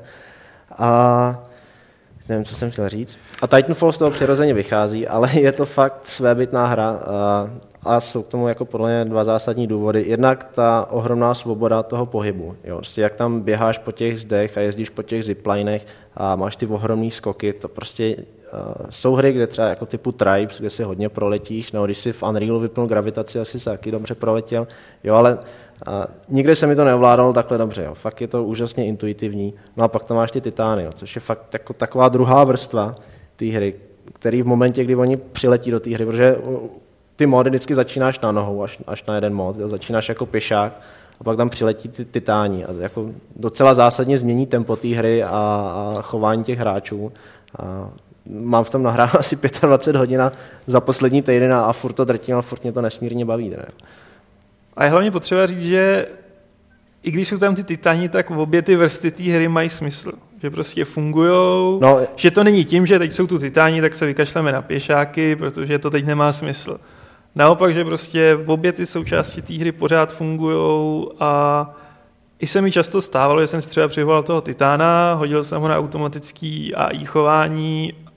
A nevím, co jsem chtěl říct. A Titanfall z toho přirozeně vychází, ale je to fakt svébytná hra a, a jsou k tomu jako podle mě dva zásadní důvody. Jednak ta ohromná svoboda toho pohybu. Jo. Prostě jak tam běháš po těch zdech a jezdíš po těch ziplinech a máš ty ohromný skoky, to prostě uh, jsou hry, kde třeba jako typu Tribes, kde si hodně proletíš, no, když si v Unrealu vypnul gravitaci, asi se taky dobře proletěl, jo, ale uh, nikdy se mi to neovládalo takhle dobře, jo. Fakt je to úžasně intuitivní. No a pak tam máš ty titány, jo, což je fakt jako taková druhá vrstva té hry, který v momentě, kdy oni přiletí do té hry, protože ty mody vždycky začínáš na nohou, až, až na jeden mod, jo, začínáš jako pěšák a pak tam přiletí ty titáni a jako docela zásadně změní tempo té hry a, a chování těch hráčů. A mám v tom nahráno asi dvacet pět hodin za poslední týden a furt to drtím, ale furt mě to nesmírně baví. Ne? A je hlavně potřeba říct, že i když jsou tam ty titáni, tak obě ty vrsty té hry mají smysl. Že prostě fungujou, no, že to není tím, že teď jsou tu titáni, tak se vykašleme na pěšáky, protože to teď nemá smysl. Naopak, že prostě obě ty součásti té hry pořád fungujou a i se mi často stávalo, že jsem si třeba přivolal toho titána, hodil jsem ho na automatický A I chování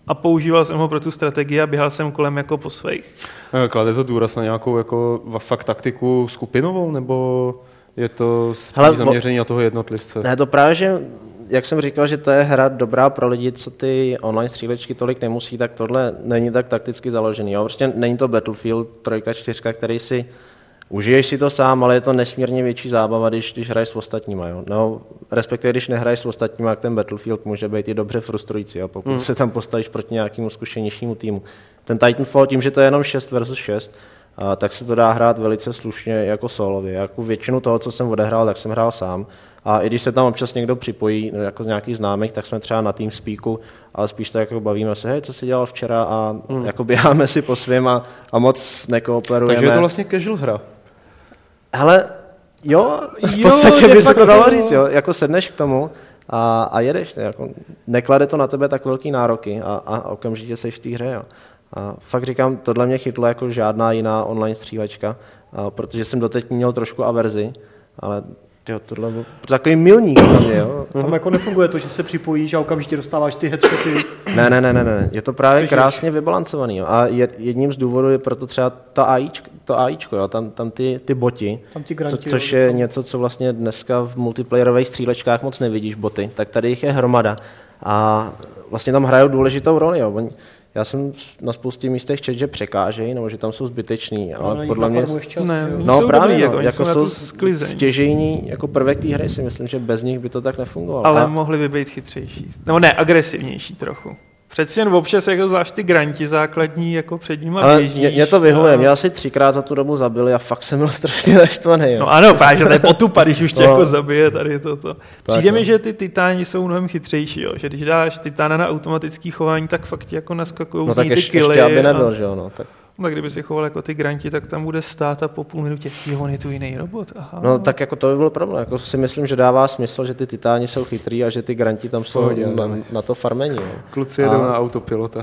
a používal jsem ho pro tu strategii a běhal jsem kolem jako po svých. Klade to důraz na nějakou jako fakt taktiku skupinovou, nebo je to spíš Hele, zaměření na toho jednotlivce? Ne, to právě, že jak jsem říkal, že to je hra dobrá pro lidi, co ty online střílečky tolik nemusí, tak tohle není tak takticky založený. Jo? Prostě není to Battlefield tři, čtyři, který si užiješ si to sám, ale je to nesmírně větší zábava, když, když hraješ s ostatníma. Jo? No, respektive, když nehraješ s ostatníma, tak ten Battlefield může být i dobře frustrující, jo? Pokud hmm. se tam postavíš proti nějakému zkušenějšímu týmu. Ten Titanfall, tím, že to je jenom šest versus šest, a tak se to dá hrát velice slušně jako solově. Jako většinu toho, co jsem odehrál, tak jsem hrál sám. A i když se tam občas někdo připojí, jako z nějakých známých, tak jsme třeba na TeamSpeaku, ale spíš tak jako bavíme se, hej, co jsi dělal včera a hmm. jako běháme si po svým a, a moc nekooperujeme. Takže je to vlastně casual hra. Hele, jo, v podstatě by se to dalo říct, jo, jako sedneš k tomu a, a jedeš, jako neklade to na tebe tak velký nároky a, a okamžitě seš v té hře, jo. A fakt říkám, tohle mě chytlo jako žádná jiná online střílečka, a protože jsem doteď měl trošku averzi, ale tyjo, tohle byl takový milník na mě, jo. Tam jako nefunguje to, že se připojíš a okamžitě dostáváš ty headshoty. Ne, ne, ne, ne, ne. Je to právě krásně vybalancovaný, jo. A jedním z důvodů je proto třeba ta AIčko, to AIčko, jo. Tam, tam ty, ty boti, tam ty granti, co, což je tam něco, co vlastně dneska v multiplayerových střílečkách moc nevidíš, boty, tak tady jich je hromada. A vlastně tam hrajou důležitou roli, jo. Oni, já jsem na spoustě místech četl, že překážejí, nebo že tam jsou zbyteční, ale no, podle mě čas, ne, no právě dobrý, no, jako, jako jsou sklizeň. Stěžejní jako prvek té hry, si myslím, že bez nich by to tak nefungovalo. Ale a mohli by být chytřejší, nebo ne, agresivnější trochu. Přeci jen občas jako zvlášť ty granti základní jako před nima ale běžíš. Mě, mě to vyhovuje, mě asi třikrát za tu dobu zabili a fakt jsem byl strašně naštvaný. No ano, právě, to je potupa, když už tě no. jako zabije tady toto. Přijde tak, mi, no. že ty titáni jsou mnohem chytřejší, jo? Že když dáš titána na automatický chování, tak fakt ti jako naskakují no, z ní ty ještě, killy. Ještě aby nebyl, a... že jo, no, tak. No, tak kdyby si choval jako ty granti, tak tam bude stát a po půl minutě, jo, on je tu jiný robot, aha. No tak jako to by byl problém, jako si myslím, že dává smysl, že ty titáni jsou chytrý a že ty granti tam jsou Pohodě, na, na to farmení. Jo. Kluci jedou a... na autopilota.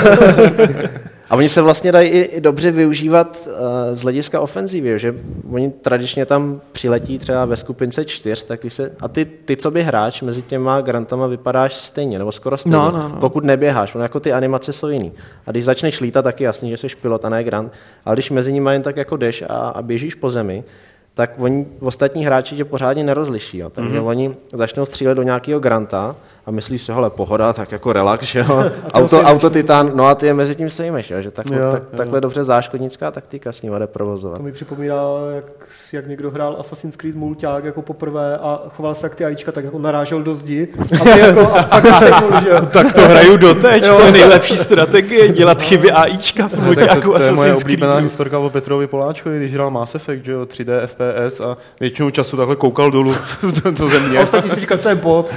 A oni se vlastně dají i, i dobře využívat uh, z hlediska ofenzívy, že oni tradičně tam přiletí třeba ve skupince čtyř, tak ty se, a ty, ty, co by hráč, mezi těma grantama vypadáš stejně, nebo skoro stejně, no, no, no. pokud neběháš, on jako ty animace jsou jiný. A když začneš lítat, tak je jasný, že jsi pilot a ne grant, ale když mezi nimi jen tak jako jdeš a, a běžíš po zemi, tak oni, ostatní hráči tě pořádně nerozliší. Jo. Takže mm-hmm. oni začnou střílet do nějakého granta a myslí si, hele, pohoda, tak jako relax, že jo. Auto, auto titán, no a ty je mezi tím sejmeš, jo, že tak, jo, tak, jo. takhle dobře záškodnická taktika s ním jde provozovat. To mi připomíná, jak, jak někdo hrál Assassin's Creed mulťák jako poprvé a choval se jak ty AIčka, tak jako narážel do zdi a, ty jako, a pak sejmul, že jo. Tak to hraju doteď, to je nejlepší strategie, dělat chyby AIčka v mulťáku Assassin's Creed. To je moje oblíbená historka o Petrovi Poláčkovi, když hrál Mass Effect, že jo, tři dé F P S a většinu času takhle koukal dolů do země. A ostatní si říkal, to je bot.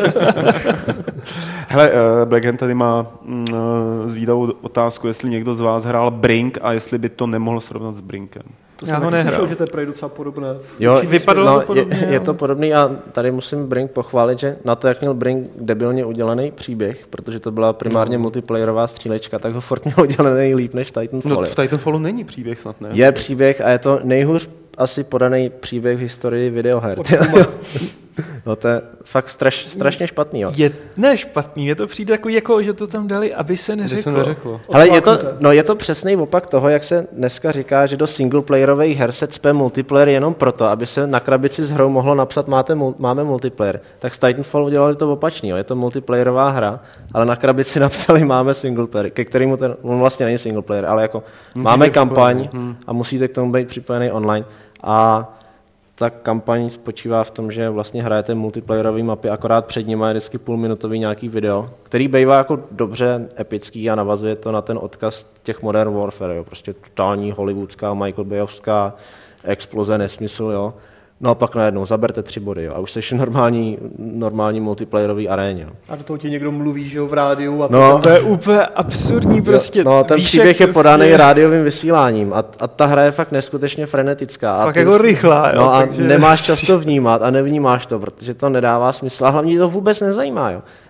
Hele, Black Hand tady má uh, zvídavou otázku, jestli někdo z vás hrál Brink a jestli by to nemohl srovnat s Brinkem. To jsem taky slyšel, že to je prej docela podobné. Jo, vypadalo no, to podobně. Je, je to podobný a tady musím Brink pochválit, že na to, jak měl Brink debilně udělaný příběh, protože to byla primárně multiplayerová střílečka, tak ho furt měl udělaný líp než Titanfall. No, v Titanfallu není příběh snad, ne? Je příběh a je to nejhůř asi podaný příběh v historii videoher. No to je fakt straš, strašně špatný. Jo. Je ne špatný, je to přijde jako, jako, že to tam dali, aby se neřeklo. Se neřeklo. Ale je to, no je to přesný opak toho, jak se dneska říká, že do singleplayerových her se cpe multiplayer jenom proto, aby se na krabici s hrou mohlo napsat máte, máme multiplayer. Tak s Titanfall udělali to opačný, jo. Je to multiplayerová hra, ale na krabici napsali máme singleplayer, ke kterému ten, on vlastně není singleplayer, ale jako musíte máme kampaň hmm. a musíte k tomu být připojený online. A ta kampaň spočívá v tom, že vlastně hrajete multiplayerový mapy, akorát před nimi je vždycky půlminutový nějaký video, který bývá jako dobře epický a navazuje to na ten odkaz těch Modern Warfare, jo. Prostě totální hollywoodská, Michael Bayovská exploze, nesmysl, jo. No a pak najednou zaberte tři body, jo. A už jsi normální, normální multiplayerový aréně. Jo. A do toho ti někdo mluví, že jo, v rádiu. A to, no, to je úplně absurdní prostě. Jo, no ten víš, příběh je prostě... podaný rádiovým vysíláním a, a ta hra je fakt neskutečně frenetická. Fakt jako rychlá, jo. No a takže... nemáš často vnímat a nevnímáš to, protože to nedává smysl a hlavně to vůbec nezajímá, jo.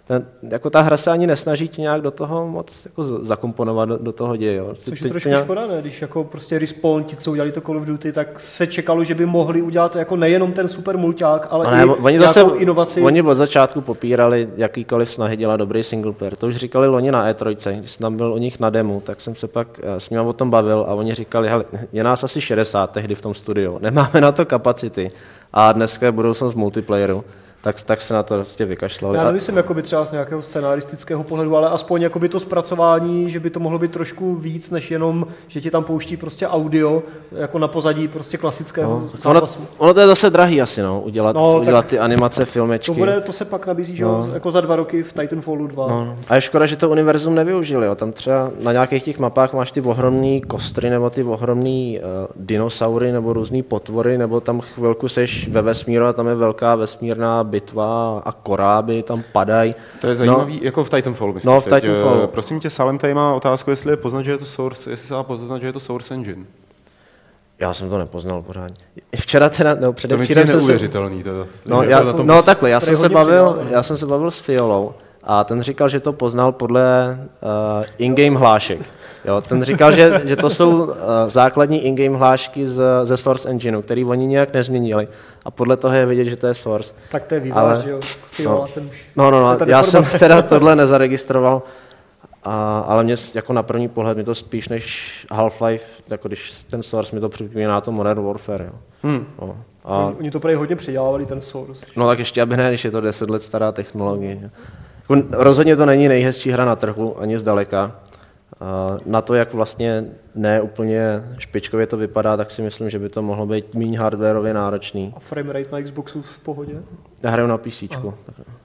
ten, jako ta hra se ani nesnaží ti nějak do toho moc jako zakomponovat do, do toho děje. Jo. Což je trošku nějak... škoda, ne? Když jako prostě Respawn, ti, co udělali to Call of Duty, tak se čekalo, že by mohli udělat jako nejenom ten super mulťák, ale ne, i oni nějakou zase, inovaci. Oni od začátku popírali jakýkoliv snahy dělat dobrý single player. To už říkali loni na E tři, když jsem tam byl u nich na demu, tak jsem se pak s nimi o tom bavil a oni říkali, hele, je nás asi šedesát tehdy v tom studiu, nemáme na to kapacity a dneska je budoucnost multiplayeru. Tak, tak se na to prostě vykašlali. Já nemyslím jakoby třeba z nějakého scenaristického pohledu, ale aspoň jakoby to zpracování, že by to mohlo být trošku víc, než jenom, že ti tam pouští prostě audio, jako na pozadí prostě klasického no, zápasu. Ono, ono to je zase drahý asi, no, udělat, no, udělat ty animace, filmečky. To, bude, to se pak nabízí, že no. jako za dva roky v Titanfallu dva. No. A je škoda, že to univerzum nevyužili. Jo. Tam třeba na nějakých těch mapách máš ty ohromný kostry, nebo ty ohromný uh, dinosaury, nebo různý potvory, nebo tam chvilku seš ve vesmíru a tam je velká vesmírná bitva a koráby tam padají. To je zajímavý, no, jako v Titanfallu, myslím. No, v Titanfallu. Prosím tě, Salem tady má otázku, jestli je poznat, že je to Source, jestli se dá poznat, že je to Source Engine. Já jsem to nepoznal pořádně. Včera teda, nebo předevčírem jsem neuvěřitelný. To, no, já, no musí... takhle, já jsem, se bavil, já jsem se bavil s Fiolou a ten říkal, že to poznal podle uh, in-game hlášek. Jo, ten říkal, že, že to jsou uh, základní in-game hlášky z, ze Source Engineu, který oni nějak nezměnili. A podle toho je vidět, že to je Source. Tak to je vývář, že jo? Fiola, no, ten už... no, no, no já jsem teda tohle nezaregistroval. A, ale mě jako na první pohled mi to spíš než Half-Life, jako když ten Source mi to připomíná to Modern Warfare. Jo. Hmm. No, a, Oni to prý hodně předělávali, ten Source. No tak ještě aby ne, když je to deset let stará technologie. Jako, rozhodně to není nejhezčí hra na trhu, ani zdaleka. A na to, jak vlastně ne úplně špičkově to vypadá, tak si myslím, že by to mohlo být méně hardwareově náročný. A framerate na Xboxu v pohodě? Já hraju na PCčku.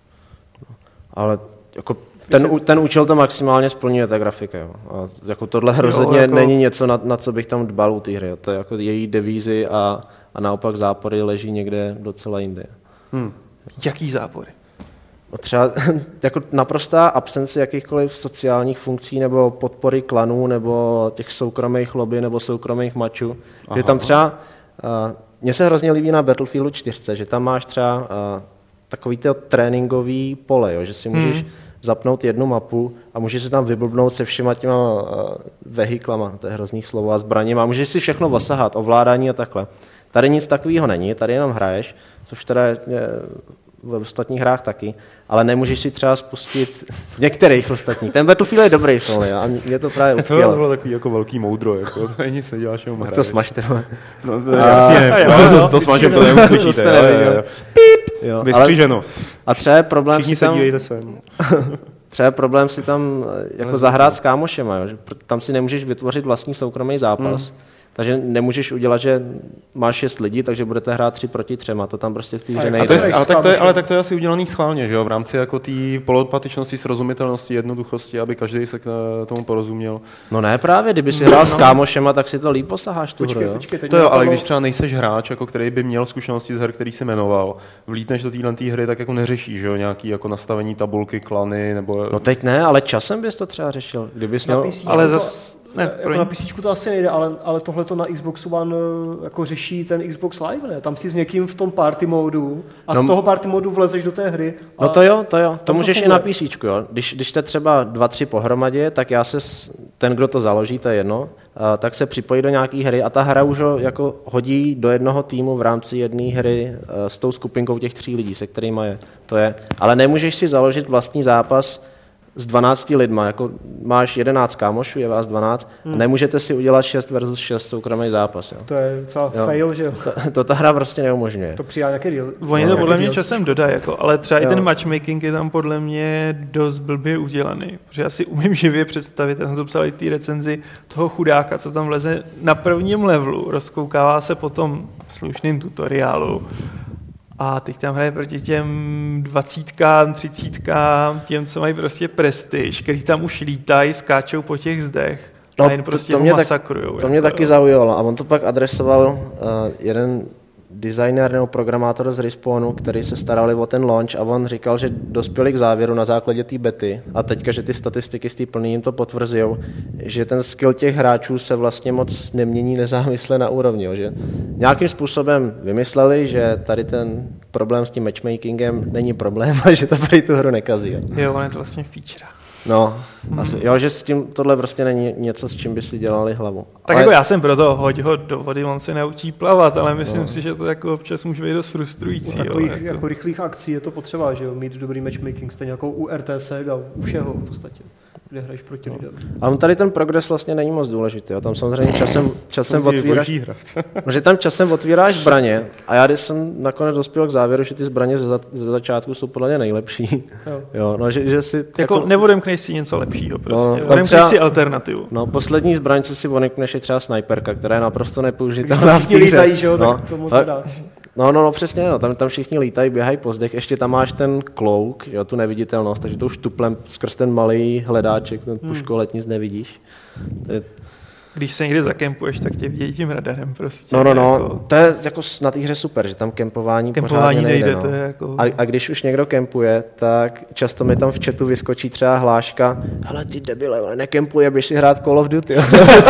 Ale jako ten, ten účel to maximálně splňuje, ta grafika. Jo. A jako tohle rozhodně jako... není něco, na, na co bych tam dbal u té hry. To je jako její devízy a, a naopak zápory leží někde docela jinde. Hmm. Jaký zápory? No třeba jako naprostá absence jakýchkoliv sociálních funkcí nebo podpory klanů nebo těch soukromých lobby nebo soukromých mačů. Že tam třeba, uh, mně se hrozně líbí na Battlefieldu čtyři, že tam máš třeba uh, takový to tréninkový pole, jo, že si můžeš hmm. zapnout jednu mapu a můžeš si tam vyblbnout se všema těma uh, vehiklama, to je hrozný slovo, a zbraněma, a můžeš si všechno osahat, ovládání a takhle. Tady nic takového není, tady jenom hraješ, což teda je v ostatních hrách taky, ale nemůžeš si třeba spustit v některých ostatních. Ten Battlefield je dobrý film, a mě to právě utkvělo. To bylo takový jako velký moudro, jako to nic neděláš, jenom hraješ. To smažte. No, to jasně, to, to smažem, to neuslyšíte. Píp, vystříženo. A třeba je problém Všichni si tam... se dívejte sem. Třeba je problém si tam jako zahrát s kámošema, jo? Že tam si nemůžeš vytvořit vlastní soukromý zápas. Hmm. Takže nemůžeš udělat, že máš šest lidí, takže budete hrát tři proti třema, to tam prostě v té hře nejde. Ale, tak to je, ale tak to je asi udělaný schválně, že jo, v rámci jako té polopatičnosti, srozumitelnosti, jednoduchosti, aby každý se k tomu porozuměl. No ne právě, kdyby si hrál no. s kámošema, tak si to líp posaháš tu počkej, hru, jo? Počkej, to jo, ale když třeba nejseš hráč, jako který by měl zkušenosti z her, který se jmenoval, vlítneš do téhle hry, tak jako neřešíš, že jo, nějaký jako nastavení tabulky, klany, nebo... No teď ne, ale časem bys to třeba řešil, kdybys měl... Ale zas... Ne, jako na PCčku to asi nejde, ale, ale tohle to na Xbox One jako řeší ten Xbox Live, ne? Tam si s někým v tom party modu a no, z toho party modu vlezeš do té hry. A no to jo, to jo, to můžeš to i na PCčku, jo. Když, když jste třeba dva, tři pohromadě, tak já se, ten, kdo to založí, to je jedno, tak se připojí do nějaký hry a ta hra už ho jako hodí do jednoho týmu v rámci jedné hry s tou skupinkou těch tří lidí, se kterýma je. To je. Ale nemůžeš si založit vlastní zápas s dvanácti lidma, jako máš jedenáct kámošů, je vás dvanáct, hmm. a nemůžete si udělat šest versus šest soukromý zápas. Jo. To je docela jo. fail, že jo? To, to ta hra prostě neumožňuje. To přijá nějaký deal. Oni to podle mě časem dodají, jako, ale třeba jo. i ten matchmaking je tam podle mě dost blbě udělaný, protože já si umím živě představit, já jsem to psal i té recenzi toho chudáka, co tam vleze na prvním levelu, rozkoukává se po tom slušným tutoriálu, a teď tam hraje proti těm dvacítkám, třicítkám, těm, co mají prostě prestiž, který tam už lítají, skáčou po těch zdech a no, jen prostě to, to mě masakrujou. Tak, to mě jako, taky zaujalo a on to pak adresoval uh, jeden designer nebo programátor z Respawnu, který se starali o ten launch a on říkal, že dospěli k závěru na základě té bety a teďka, že ty statistiky z té plný jim to potvrzují, že ten skill těch hráčů se vlastně moc nemění nezávisle na úrovni. Jo, že nějakým způsobem vymysleli, že tady ten problém s tím matchmakingem není problém a že to prý tu hru nekazí. Jo, jo on je to vlastně feature. No, hmm. asi, jo, že s tím tohle prostě není něco, s čím by si dělali hlavu. Tak ale... jako já jsem proto, hoď ho do vody, on se naučí plavat, ale myslím no. si, že to jako občas může být dost frustrující. U takových jo, jako rychlých akcí je to potřeba, že jo, mít dobrý matchmaking, stejně jako u R T S a u všeho v podstatě, kde hraješ proti lidem. A on tady ten progres vlastně není moc důležitý, jo, tam samozřejmě časem, časem otvíráš, že tam časem otvíráš zbraně a já když jsem nakonec dospěl k závěru, že ty zbraně ze, ze začátku jsou podle mě nejlepší. Jo. Jo, no, že, že si, jako, jako neodemkneš si něco lepšího prostě, no, odemkneš třeba, si alternativu. No, poslední zbraň, co si odemkneš, je třeba snajperka, která je naprosto nepoužitelná. Všichni lítají, že jo, no, tak to moc nedáš. No, no, no, přesně, no, tam, tam všichni lítají, běhají po zdech, ještě tam máš ten cloak, jo, tu neviditelnost, takže to už tuplem skrz ten malý hledáček, ten puškolet nic nevidíš. To je... Když se někde zakempuješ, tak tě vidějí tím radarem prostě. No, no, no, jako... to je jako na té hře super, že tam kempování, kempování pořádně nejde. nejde No. to je jako... a, a když už někdo kempuje, tak často mi tam v chatu vyskočí třeba hláška, hele ty debile, nekempuje, běž si hrát Call of Duty. Jo,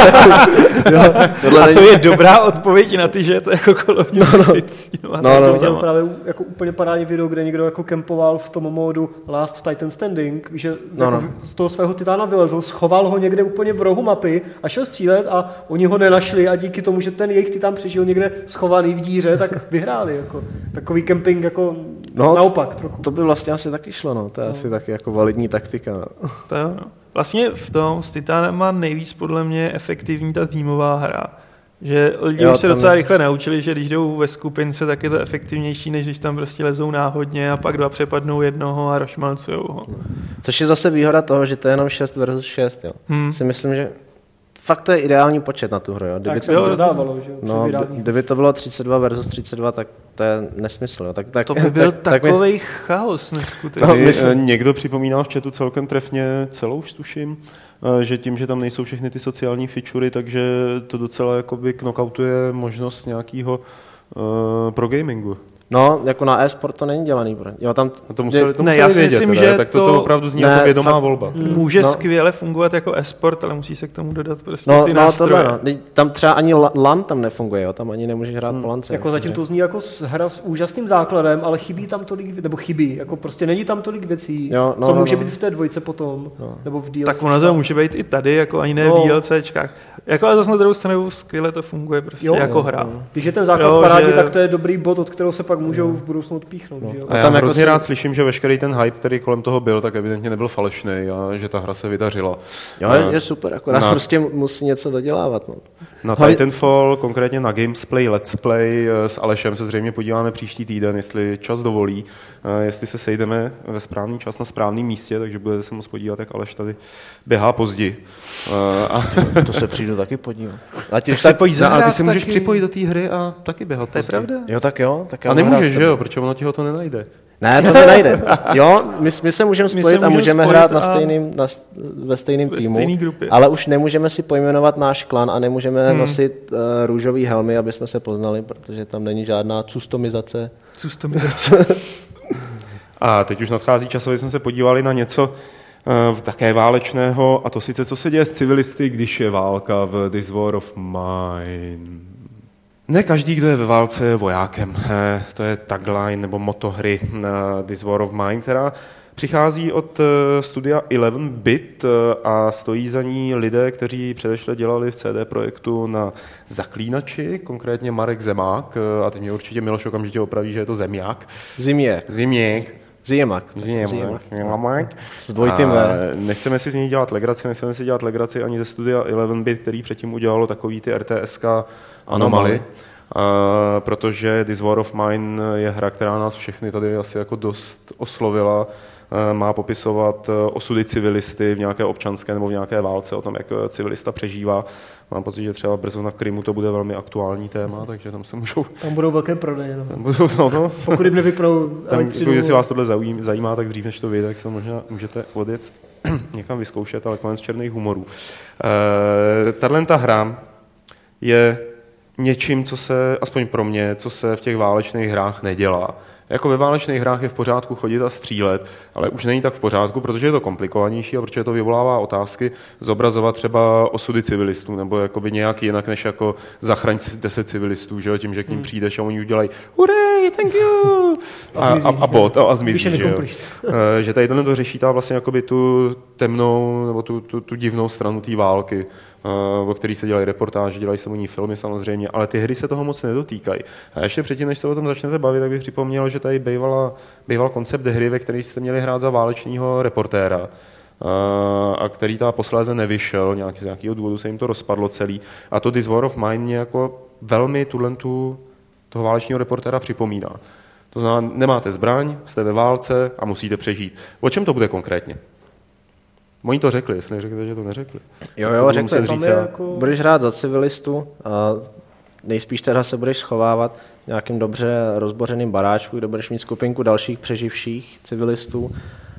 a to je dobrá odpověď na ty, že je to jako Call of Duty. No, no. No, no, jsem viděl právě jako úplně parádní video, kde někdo jako kempoval v tom módu Last Titan Standing, že no, jako no. z toho svého titána vylezl, schoval ho někde úplně v rohu mapy a šel střílet a oni ho nenašli a díky tomu, že ten jejich titán přežil někde schovaný v díře, tak vyhráli. Jako. Takový kemping jako no, naopak trochu. To by vlastně asi taky šlo, no. To je no. asi taky jako validní taktika. No. To jo, no. Vlastně v tom s titánem má nejvíc podle mě efektivní ta týmová hra. Že lidi jo, už se docela je... rychle naučili, že když jdou ve skupince, tak je to efektivnější, než když tam prostě lezou náhodně a pak dva přepadnou jednoho a rošmalcujou ho. Což je zase výhoda toho, že to je jenom šest versus šest. Jo. Hmm. Si myslím, že fakt to je ideální počet na tu hru. Jo. Tak se to dodávalo, že no, kdyby to bylo třicet dva versus třicet dva, tak to je nesmysl. Jo. Tak, tak, to by byl tak, takovej tak chaos neskutečný. No, myslím... Někdo připomínal v chatu celkem trefně celou, tuším, že tím, že tam nejsou všechny ty sociální featurey, takže to docela jakoby knockoutuje možnost nějakého uh, pro gamingu. No, jako na e-sport to není dělaný. Jo, tam, a to museli, to ne, museli já si vědět, myslím, teda, že tak to, to, to opravdu zní ne, jako vědomá fakt, volba. Může no. skvěle fungovat jako e-sport, ale musí se k tomu dodat prostě no, ty no, nástroje. Tohle, no. Tam třeba ani LAN tam nefunguje, jo? Tam ani nemůžeš hrát hmm. po lance. Jako zatím to zní jako hra s úžasným základem, ale chybí tam tolik, nebo chybí, jako prostě není tam tolik věcí, jo, no, co no, může no. být v té dvojce potom, no. nebo v D L C. Tak ono to může být i tady, jako ani ne no. v DLCčkách. Jako ale zase na druhou stranu skvěle to funguje prostě jo, jako jo, hra. Jo. Když je ten základ jo, parádní, že... tak to je dobrý bod, od kterého se pak můžou v budoucnu odpíchnout. No. A já tam hrozně jako rád si... slyším, že veškerý ten hype, který kolem toho byl, tak evidentně nebyl falešný a že ta hra se vydařila. Jo, je super, akorát na... prostě musí něco dodělávat. No. Na Titanfall, konkrétně na Gamesplay, Let's Play s Alešem se zřejmě podíváme příští týden, jestli čas dovolí, jestli se sejdeme ve správný čas na správném místě, takže budete se moct podívat, jak Aleš tady běhá pozdě. A... to, to se přijdu taky podívat. A ty, tak pojď no, ty se můžeš taky... připojit do té hry a taky běhat. To je pravda. Jo, tak jo. Tak a nemůžeš, že jo, protože ono ti ho to nenajde. Ne, to nenajde. Jo, my, my se můžeme spojit a můžeme hrát na stejným, na, ve stejném týmu, ale už nemůžeme si pojmenovat náš klan a nemůžeme hmm. nosit uh, růžový helmy, aby jsme se poznali, protože tam není žádná customizace. Customizace. A teď už nadchází čas, aby jsme se podívali na něco uh, také válečného, a to sice, co se děje s civilisty, když je válka v This War of Mine. Ne každý, kdo je ve válce, je vojákem. Eh, to je tagline nebo motto hry uh, This War of Mine, která přichází od uh, studia eleven bit uh, a stojí za ní lidé, kteří předešle dělali v C D Projektu na Zaklínači, konkrétně Marek Zemák, uh, a teď mě určitě Miloš okamžitě opraví, že je to Zeměk. Zimě. Ziměk. Zijemak. Zijemak. S dvojitým V. Nechceme si z něj dělat legraci, nechceme si dělat legraci ani ze studia eleven bit, který předtím udělalo takový ty R T S K anomaly. Uh, protože This War of Mine je hra, která nás všechny tady asi jako dost oslovila. Uh, má popisovat uh, osudy civilisty v nějaké občanské nebo v nějaké válce, o tom, jak civilista přežívá. Mám pocit, že třeba brzo na Krymu to bude velmi aktuální téma, takže tam se můžou... Tam budou velké prodeje. No. Tam budou, no, no. Pokud jim nevypnou elektřinu... Jestli vás tohle zajímá, tak dřív, než to vyjde, tak se možná můžete odjet někam vyzkoušet, ale konec černých humorů. Uh, Tato hra je něčím, co se, aspoň pro mě, co se v těch válečných hrách nedělá. Jako ve válečných hrách je v pořádku chodit a střílet, ale už není tak v pořádku, protože je to komplikovanější a protože to vyvolává otázky zobrazovat třeba osudy civilistů nebo jakoby nějak jinak, než jako zachraň deset civilistů, že jo, tím, že k ním přijdeš a oni udělají hurej, thank you! A, a, a, a bod a, a zmizí, že jo. Že tady tohle to řeší ta vlastně jakoby tu temnou nebo tu, tu, tu divnou stranu té války, o který se dělají reportáže, dělají se o ní filmy samozřejmě, ale ty hry se toho moc nedotýkají. A ještě předtím, než se o tom začnete bavit, tak bych připomněl, že tady bývala, býval koncept hry, ve které jste měli hrát za válečního reportéra, a který ta posléze nevyšel, nějaký, z nějakého důvodu se jim to rozpadlo celý. A to This War of Mine mě jako velmi tuto toho válečního reportéra připomíná. To znamená, nemáte zbraň, jste ve válce a musíte přežít. O čem to bude konkrétně? Oni to řekli, jestli neřekli, že to neřekli. Jo, jo, řekli, říct, jako... budeš hrát za civilistu a nejspíš teda se budeš schovávat v nějakým dobře rozbořeným baráčku, kde budeš mít skupinku dalších přeživších civilistů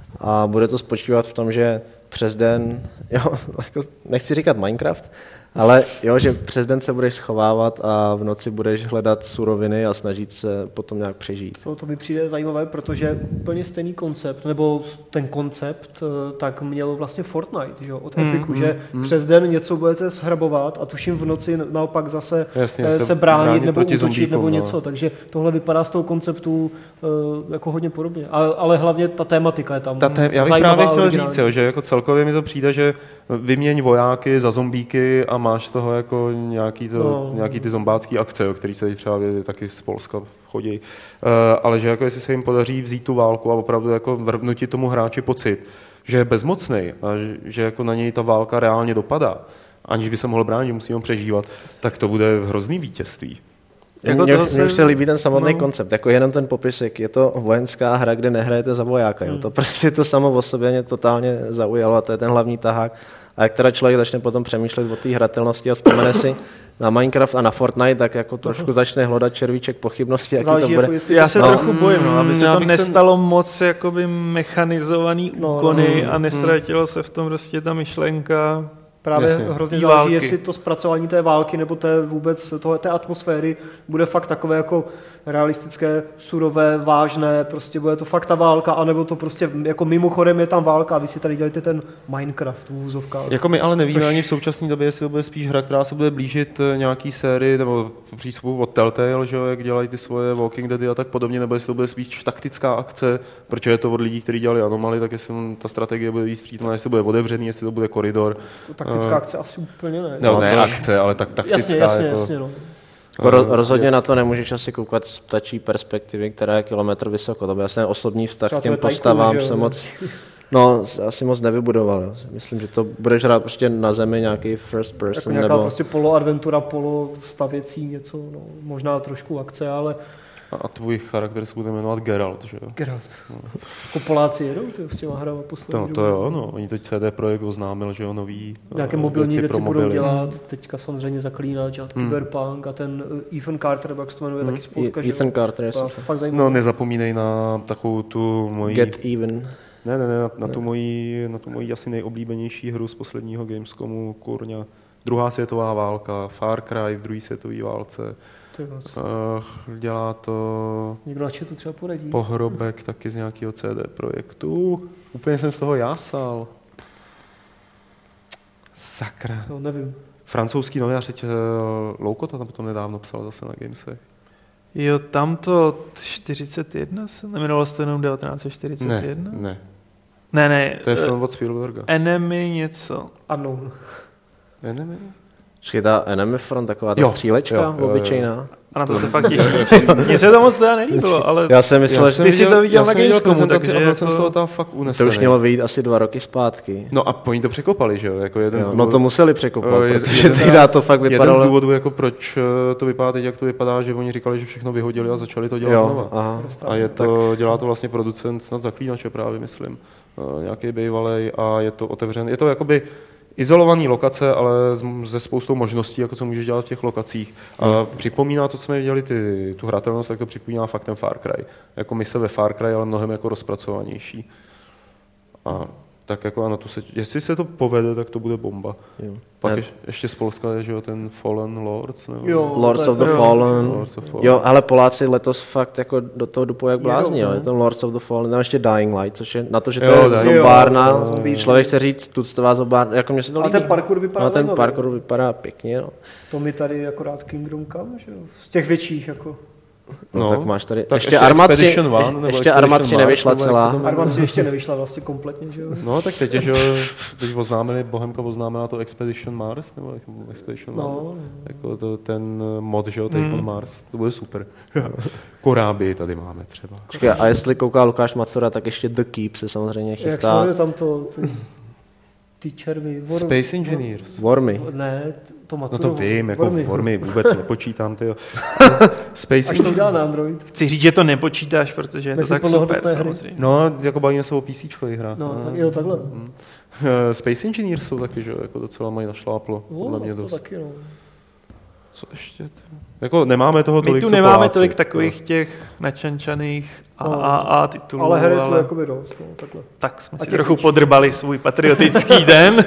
a bude to spočívat v tom, že přes den, jo, jako nechci říkat Minecraft, ale jo, že přes den se budeš schovávat a v noci budeš hledat suroviny a snažit se potom nějak přežít. To, to mi přijde zajímavé, protože úplně stejný koncept, nebo ten koncept, tak měl vlastně Fortnite, jo, od Epicu, mm, že mm, přes den něco budete shrabovat a tuším v noci naopak zase Jasně, se, se bránit, bránit nebo útočit zombíkům, nebo něco, no. Takže tohle vypadá z toho konceptu uh, jako hodně podobně, ale, ale hlavně ta tématika je tam ta té, Já bych právě chtěl říct, jo, že jako celkově mi to přijde, že vyměň vojáky za zombíky a máš z toho jako nějaký, to, no. nějaký ty zombácký akce, jo, který se třeba taky z Polska chodí. Uh, ale že jako jestli se jim podaří vzít tu válku a opravdu jako vrbnutit tomu hráči pocit, že je bezmocnej a že, že jako na něj ta válka reálně dopadá, aniž by se mohl bránit, že musí ho přežívat, tak to bude hrozný vítězství. Jako mně se... už se líbí ten samotný no. koncept, jako jenom ten popisek. Je to vojenská hra, kde nehrajete za vojáka. Hmm. Jo. To prostě to samo o sobě mě totálně zaujalo a to je ten hlavní tahák. A jak teda člověk začne potom přemýšlet o té hratelnosti a vzpomene si na Minecraft a na Fortnite, tak jako trošku začne hledat červíček pochybnosti, jaký Záleží, to bude. Jako Já se no, trochu bojím, no, aby se to nestalo jsem... moc jakoby mechanizovaný no, úkony no, a nestratilo hmm. se v tom prostě ta myšlenka. Právě Jasně. hrozně záleží, jestli to zpracování té války nebo té vůbec toho, té atmosféry bude fakt takové jako realistické, surové, vážné, prostě bude to fakt ta válka, anebo to prostě jako mimochodem je tam válka a vy si tady děláte ten Minecraft v úvozovkách. Jako my ale nevíme což... ani v současné době, jestli to bude spíš hra, která se bude blížit nějaký sérii nebo přístupu od Telltale, že jak dělají ty svoje Walking Deady a tak podobně, nebo jestli to bude spíš taktická akce, protože je to od lidí, kteří dělali Anomaly, tak jestli ta strategie bude víc přítomná, jestli to bude otevřený, jestli to bude koridor. Taktická akce asi úplně ne. No, ne akce, ale tak taktická. Jasně, jasně, jako... jasně, no. Ro- rozhodně věc. Na to nemůžeš asi koukat z ptačí perspektivy, která je kilometr vysoko. To by asi osobní vztah k těm postavám tajku, se moc, no, asi moc nevybudoval. Jo. Myslím, že to budeš hrát prostě na zemi nějaký first person. Jako nějaká nebo... prostě poloadventura, polostavěcí něco, no, možná trošku akce, ale... A tvůj charakter se bude jmenovat Geralt, že jo? Geralt. No. Jako Poláci jedou ty s těma hrama poslední. To, to jo, no. Oni teď C D Projekt oznámil, že jo, nový nějaké mobilní věci, věci budou dělat. Teďka samozřejmě zaklíná dělat hmm. Cyberpunk a ten Ethan Carter, jak se to jmenuje, hmm. taky spousta. Ethan Carter, je fakt zajímavý. No, nezapomínej na takovou tu moji... Get Even. Ne, ne, ne, na, na, tu moji, na tu moji asi nejoblíbenější hru z posledního Gamescomu, kurňa. Druhá světová válka, Far Cry v druhé světové válce. Uh, dělá to někdo na chatu třeba poradí. Pohrobek taky z nějakého C D Projektu. Úplně jsem z toho jásal. Sakra. No, nevím. Francouzský novinář teď uh, Loukota tam potom nedávno psal zase na Gamesech. Jo, tamto čtyřicet jedna se nejmenovalo se to jenom devatenáct set čtyřicet jedna? Ne, ne. Ne, ne. To je film od Spielberga. Enemy něco. Ano. Enemy? Počkej, ta Enemy Front, taková ta jo, střílečka, jo, jo, obyčejná. A na to se fakt těší. Mně se to moc teda nelíbilo, ale já jsem myslel, že ty si to viděl na Gamescomu, takže a byl jsem z toho tam fakt unesený. To už mělo vyjít asi dva roky zpátky. No a oni to překopali, že jo? Jako jeden jo z důvodů, no to museli překopat, uh, protože tehdy to fakt vypadalo. Jeden z důvodů, jako proč to vypadá teď, jak to vypadá, že oni říkali, že všechno vyhodili a začali to dělat jo, znova. Aha, a je to, dělá to vlastně producent snad Zaklínače právě, myslím. Uh, nějaký bývalej a je to otevřený. Je to jakoby izolovaný lokace, ale ze spoustou možností, jako co můžeš dělat v těch lokacích. A hmm. připomíná to, co jsme viděli, ty, tu hratelnost, tak to připomíná fakt ten Far Cry. Jako mise ve Far Cry, ale mnohem jako rozpracovanější. A tak jako a na tu se, jestli se to povede, tak to bude bomba. Jo. Pak Ne. je, ještě z Polska je, že jo, ten Fallen Lords, nebo? Jo, Lords to of je- the jo. Fallen. Lords of Fallen. Jo, ale Poláci letos fakt jako do toho dupu jak blázni, Jo, jo. no. Je ten Lords of the Fallen, tam ještě Dying Light, což je na to, že to Jo, je Dying- zombárna, jo, zombie. člověk chce říct tuctová zombárna, jako mě se to Ale líbí. ten parkour vypadá No, ten zajímavě. parkour vypadá pěkně, no. To mi tady akorát Kingdom Come, že jo? Z těch větších jako. No, No, tak máš tady, tak ještě, ještě Arma tři, Expedition One, nebo ještě Expedition Arma tři Mars, nevyšla nebo jak se celá. to jmenuje? Arma tři ještě nevyšla vlastně kompletně, že jo? No, tak teď je, že jo, teď oznámili, Bohemka oznámila to Expedition Mars, nebo jak- Expedition No, One. no. Jako to, ten mod, že jo, Take Mm. on Mars, to bude super. Koráby tady máme třeba. Počkej, a jestli kouká Lukáš Macura, tak ještě The Keep se samozřejmě Jak se chystá. jmenuje tam to, ty, ty červy, vor, Space Engineers. Wormy. Ne, to No Matsuro. to vím, jako Wormy. formy vůbec nepočítám, tyjo. Space Až to udělá na Android. Chci říct, že to nepočítáš, protože je to Mezi tak super, plnohodnotné hry. samozřejmě. No, jako bavíme se o PCčko hra. No, tak jo, takhle. Eh, Space Engineers jsou taky, že jo, jako docela mají našláplo, podle mě No, to dost. taky, no. Co ještě? ty? Jako nemáme toho My tolik, tu co nemáme Poláci. tolik takových těch načančaných a, No. a, a titulů, Ale hry tu ale jakoby dost, no, takhle. tak jsme A si těch trochu větších. podrbali svůj patriotický den.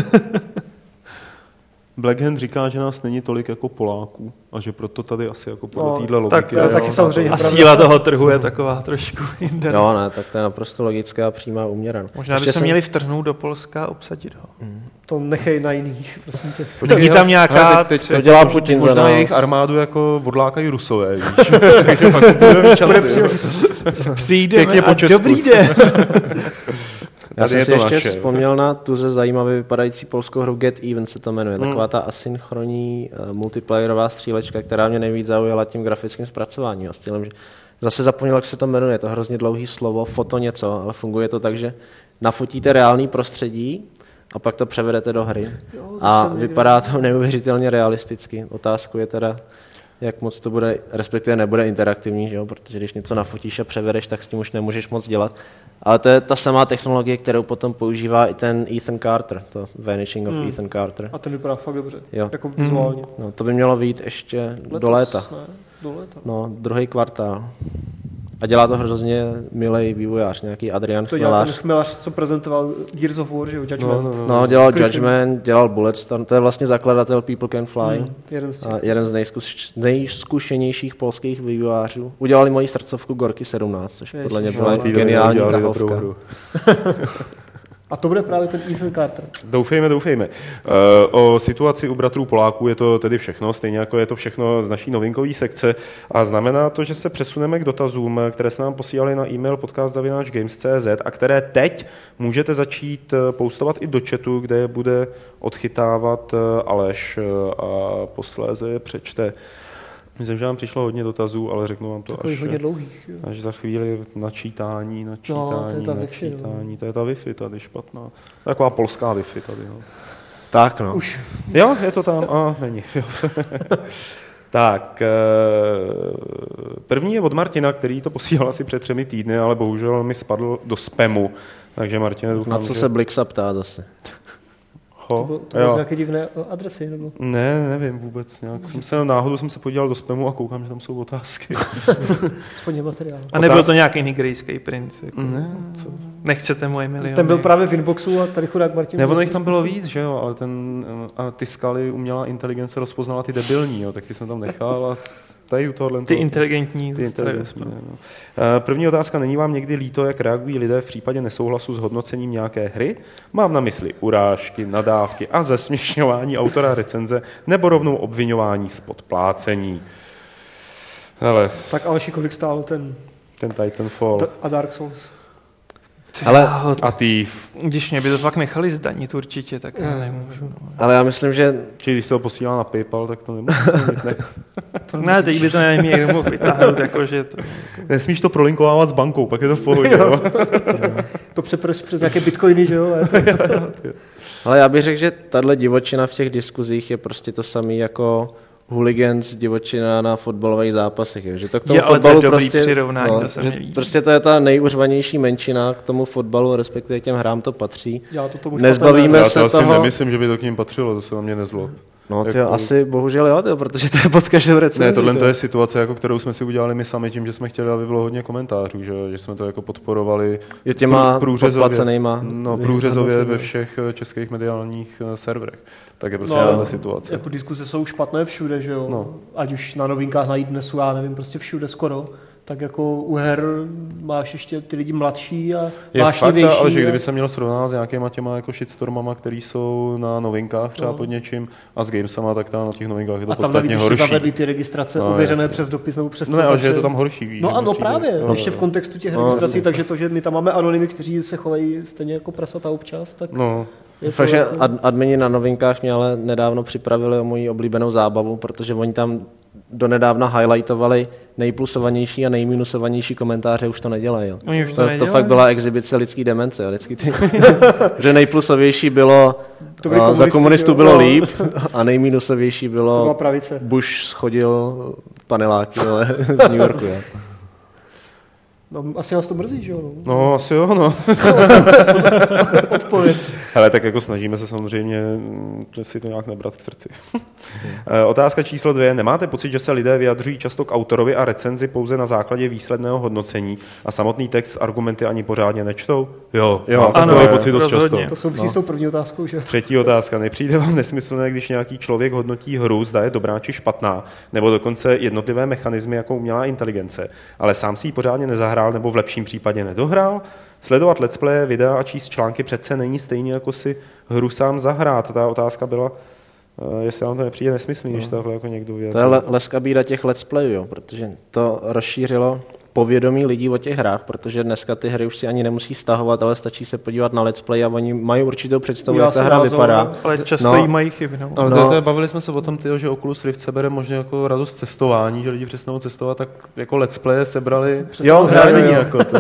Blackhand říká, že nás není tolik jako Poláků a že proto tady asi jako podle No, téhle tak logiky. to je jo, taky samozřejmě A pravda. síla toho trhu je taková trošku jinde. Jo, ne, tak to je naprosto logická a přímá úměra. no. Možná Ještě by se jsem- měli vtrhnout do Polska a obsadit ho. To nechej na jiný, prosím tě. Je tam nějaká... Hele, teď, teď, To dělá mož- Putin za možná nás. jejich armádu jako odlákají Rusové, víš. Takže pak budeme mít šanci, jo. Přijdeme Pěkně po a Česku. dobrý den. Já Tady jsem je si to ještě naše, jo. vzpomněl na tuze zajímavě vypadající polskou hru Get Even se to jmenuje. Hmm. Taková ta asynchronní uh, multiplayerová střílečka, která mě nejvíc zaujala tím grafickým zpracováním a stylem, že zase zapomněl, jak se to jmenuje, je to hrozně dlouhý slovo, foto něco, ale funguje to tak, že nafotíte reálný prostředí a pak to převedete do hry. Jo, to A jsem někde- vypadá to neuvěřitelně realisticky. Otázkou je teda, jak moc to bude, respektive nebude interaktivní, že jo? Protože když něco nafotíš a převedeš, tak s tím už nemůžeš moc dělat. Ale to je ta samá technologie, kterou potom používá i ten Ethan Carter, to Vanishing of Hmm. Ethan Carter. A ten vypadá fakt dobře, Jo. jako vizuálně. No, to by mělo být ještě Letos, do léta. Ne, do léta. No, druhý kvartál. A dělá to hrozně milej vývojář, nějaký Adrian To dělá ten Chmelař. chmelař, co prezentoval Gears of War, že jo, Judgment. No, no, no. No, dělal Griffin. Judgment, dělal Bulletstorm, to je vlastně zakladatel People Can Fly. Hmm, jeden z těch. A jeden z nejzkuš, nejzkušenějších polských vývojářů. Udělali moji srdcovku Gorky sedmnáct, což Ježiš, podle mě jo, byla ale Ty dobře geniální udělali dobrou tahovka. hru. A to bude právě ten Ethan Carter. Doufejme, doufejme. O situaci u bratrů Poláků je to tedy všechno, stejně jako je to všechno z naší novinkové sekce a znamená to, že se přesuneme k dotazům, které se nám posílali na e-mail podcast zavináč games tečka cé zet a které teď můžete začít postovat i do chatu, kde je bude odchytávat Aleš a posléze je přečte. Myslím, že nám přišlo hodně dotazů, ale řeknu vám to Takový až, hodně dlouhých. Jo. až za chvíli načítání, načítání, No, to je ta Wi-Fi, no. načítání. To je ta Wi-Fi tady špatná. Taková polská Wi-Fi tady. No. Tak no. Už. Jo, je to tam. A, není. Jo. Tak, eh, první je od Martina, který to posílal asi před třemi týdny, ale bohužel mi spadl do spamu. Takže Martine, doufám, Na co že... se Blixa ptá zase? To Ho, bylo, to bylo jo. z nějaké divné adresy, nebo? Ne, nevím vůbec. Nějak jsem se náhodou jsem se podíval do spamu a koukám, že tam jsou otázky. Aspoň materiál. A nebyl Otázka. to nějaký nigerijský princ. Jako, Ne. co? Nechcete moje miliony. Ten byl právě v inboxu a tady chudák Martin. Ne, ono jich tam bylo víc, že jo, ale ten, a ty skaly umělá inteligence rozpoznala ty debilní, jo, tak ty jsem tam nechal a s- tady u tohohle... Ty inteligentní Ty zůstaly ve inteligentní, spamu. no. Eh, První otázka, není vám někdy líto, jak reagují lidé v případě nesouhlasu s hodnocením nějaké hry? Mám na mysli urážky, nadávky a zesměšňování autora recenze nebo rovnou obviňování z podplácení. Hele, Tak Aleši, kolik stál ten ten Titanfall D- a Dark Souls? Ale, a Thief. Když mě by to fakt nechali zdanit určitě, tak já nemůžu. No. ale já myslím, že Či když se ho posílá na PayPal, tak to nemůže. Ne. Ne, teď by to neměl někdo mohl vytáhnout, jakože to... Nesmíš to prolinkovávat s bankou, pak je to v pohodě. Jo. To přepreš přes nějaké bitcoiny, že jo? A to- ale já bych řekl, že tahle divočina v těch diskuzích je prostě to samé jako hooligans divočina na fotbalových zápasech. Je. Že to k tomu Je, ale to je fotbalu dobrý prostě, přirovnání, to se mi že líbí. prostě to je ta nejuřvanější menšina k tomu fotbalu, respektive těm hrám to patří. Já to tomu Nezbavíme Já se si asi toho- nemyslím, že by to k ním patřilo, to se na mě nezlo. No, jako... tyjo, asi bohužel jo, tyjo, protože to je pod každou recenzí. Ne, tohle to je situace, jako, kterou jsme si udělali my sami tím, že jsme chtěli, aby bylo hodně komentářů, že, že jsme to jako podporovali je těma průřezově, no, průřezově ve všech českých mediálních serverech. Tak je prostě no, situace. Jako diskuse jsou špatné všude, že jo? No. Ať už na novinkách, na iDnesu, já nevím, prostě všude skoro. Tak jako u her máš ještě ty lidi mladší a vášnivější. Je fakt, ale že kdyby se měl srovnat s nějakýma těma jako shitstormama, který jsou na novinkách třeba no. pod něčím a s Gamesama, tak tam na těch novinkách je to podstatně horší. A tam zavedli ty registrace no, ověřené jasně. přes dopis nebo přes no, ale že je to tam horší. Víš, no ano, přijde. právě, no, ještě v kontextu těch no, registrací, no, takže to, že my tam máme anonymy, kteří se chovají stejně jako prasata občas, tak... No. Fakt, že ad- admini na novinkách mě ale nedávno připravili o moji oblíbenou zábavu, protože oni tam donedávna highlightovali nejplusovanější a nejminusovanější komentáře, už to nedělají. Jo. Oni už to, to, nedělají? to fakt byla exibice lidský demence. Jo. Vždycky ty, že nejplusovější bylo uh, za komunistů bylo no. líp a nejminusovější bylo Bush schodil paneláky ale v New Yorku. Jo. No, asi nás to mrzí, že jo? No, no asi jo, no. Odpověď. Hele, tak jako snažíme se samozřejmě si to nějak nebrat k srdci. Otázka číslo dvě. Nemáte pocit, že se lidé vyjadřují často k autorovi a recenzi pouze na základě výsledného hodnocení a samotný text argumenty ani pořádně nečtou? Jo, jo mám ano, takový pocit dost často. To souvisí no. s tou první otázkou, že? Třetí otázka. Nepřijde vám nesmyslné, když nějaký člověk hodnotí hru, zda je dobrá či špatná, nebo dokonce jednotlivé mechanismy jako umělá inteligence, ale sám si ji pořádně nezahrál nebo v lepším případě nedohrál? Sledovat let's play, videa a číst články přece není stejně jako si hru sám zahrát. Ta otázka byla, jestli vám to nepřijde nesmyslný, no. když takhle jako někdo vyjadří. To je le- leska bída těch let's playů, jo, protože to rozšířilo povědomí lidí o těch hrách, protože dneska ty hry už si ani nemusí stahovat, ale stačí se podívat na let's play a oni mají určitou představu, jak ta hra názor, vypadá. Ale často no. jí mají chyby. No. Ale no. to, to, bavili jsme se o tom, tyjo, že Oculus Rift sebere možná jako radost cestování, že lidi přestanou cestovat, tak jako let's play sebrali. Jo, hraní jako to.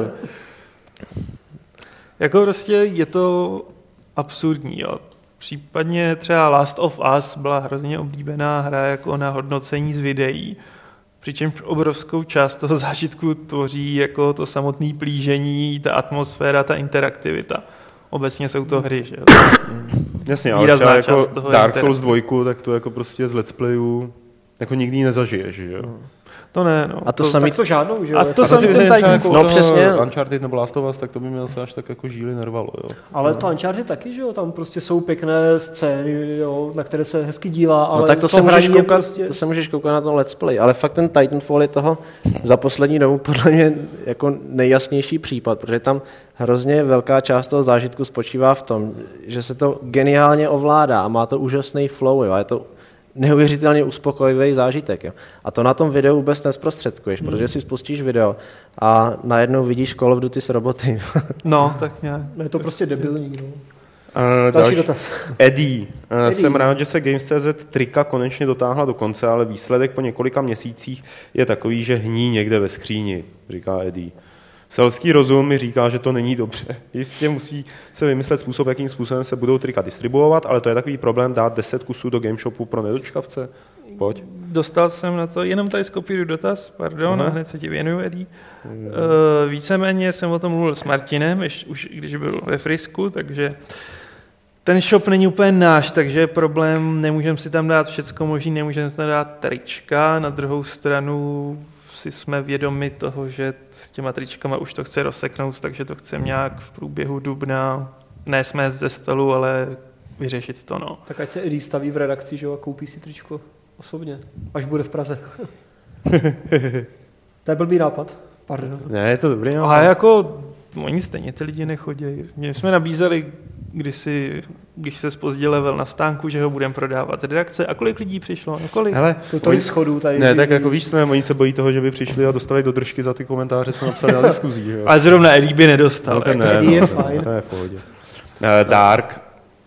Jako prostě je to absurdní, jo. Případně třeba Last of Us byla hrozně oblíbená hra jako na hodnocení z videí, přičemž obrovskou část toho zážitku tvoří jako to samotné plížení, ta atmosféra, ta interaktivita. Obecně jsou to hry, že jo. Jasně, ale třeba jako Dark Souls dva, tak to jako prostě z let's playů jako nikdy nezažiješ, že jo. To ne, no. A to, to samý... to žádnou, že jo? A to samý ten Titanfall. Jako no přesně. Uncharted nebo Last of Us, tak to by mě se až tak jako žíly nervalo, jo. Ale to Uncharted taky, že jo? Tam prostě jsou pěkné scény, jo, na které se hezky dívá, ale no tak to se můžeš koukat, prostě... to se můžeš koukat na tom let's play, ale fakt ten Titanfall je toho za poslední dobu podle mě jako nejjasnější případ, protože tam hrozně velká část toho zážitku spočívá v tom, že se to geniálně ovládá a má to úžasný flow, jo, a je to neuvěřitelně uspokojivý zážitek. Jo. A to na tom videu vůbec nesprostředkuješ, hmm. protože si spustíš video a najednou vidíš Call of Duty s roboty. No, tak nějak. No, je to prostě debilní. No. Uh, další dotaz. Eddie. Uh, Eddie. Jsem rád, že se Games tečka cé zet trika konečně dotáhla do konce, ale výsledek po několika měsících je takový, že hní někde ve skříni, říká Eddie. Selský rozum mi říká, že to není dobře. Jistě musí se vymyslet způsob, jakým způsobem se budou trika distribuovat, ale to je takový problém dát deset kusů do Game Shopu pro nedočkavce. Pojď. Dostal jsem na to, jenom tady skopíruji dotaz, pardon, uh-huh. a hned se ti věnuju, Eddie. Uh-huh. Uh, víceméně jsem o tom mluvil s Martinem, ještě, už když byl ve Frisku, takže ten shop není úplně náš, takže problém, nemůžeme si tam dát všecko možný, nemůžeme si tam dát trička, na druhou stranu si jsme vědomi toho, že s těma tričkama už to chce rozseknout, takže to chceme nějak v průběhu dubna, ne smést ze stolu, ale vyřešit to, no. Tak ať se Eddie staví v redakci, že jo, a koupí si tričko osobně, až bude v Praze. To je blbý nápad, pardon. Ne, je to dobrý nápad. Ale jako, oni stejně ty lidi nechodí. My jsme nabízeli kdysi, když se zpozdil level na stánku, že ho budeme prodávat redakce. A kolik lidí přišlo? No kolik? Hele, to tolik schodů tady. Ne, tak jako víš, ne, oni se bojí toho, že by přišli a dostali do držky za ty komentáře, co napsali na diskuzí. Že? Ale zrovna Eddie by nedostal. No, ten jako. ne, Eddie je no, fajn. To je v pohodě. Uh, Dark.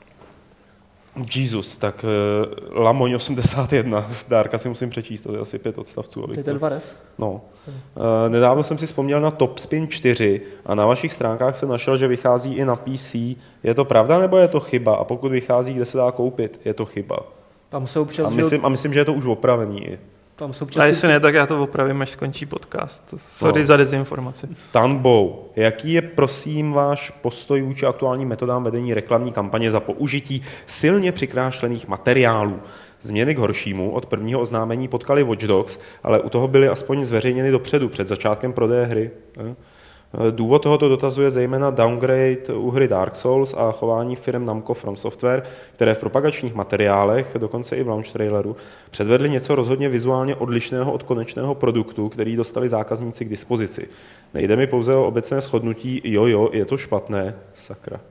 Jesus, tak uh, Lamoň osmdesát jedna. Darka si musím přečíst, to je asi pět odstavců. To je ten Vares? No. Uh, nedávno jsem si vzpomněl na Top Spin čtyři a na vašich stránkách jsem našel, že vychází i na P C. Je to pravda nebo je to chyba? A pokud vychází, kde se dá koupit, je to chyba? Tam se občas, a, myslím, a myslím, že je to už opravený. Tam se občas a jestli ty... ne, tak já to opravím, až skončí podcast. Sorry no. za dezinformaci. Tanbou, jaký je prosím váš postoj vůči aktuálním metodám vedení reklamní kampaně za použití silně přikrášlených materiálů? Změny k horšímu od prvního oznámení potkali Watch Dogs, ale u toho byly aspoň zveřejněny dopředu, před začátkem prodeje hry. Důvod tohoto dotazuje zejména downgrade u hry Dark Souls a chování firm Namco From Software, které v propagačních materiálech, dokonce i v launch traileru, předvedly něco rozhodně vizuálně odlišného od konečného produktu, který dostali zákazníci k dispozici. Nejde mi pouze o obecné shodnutí, jo, jo, je to špatné, sakra.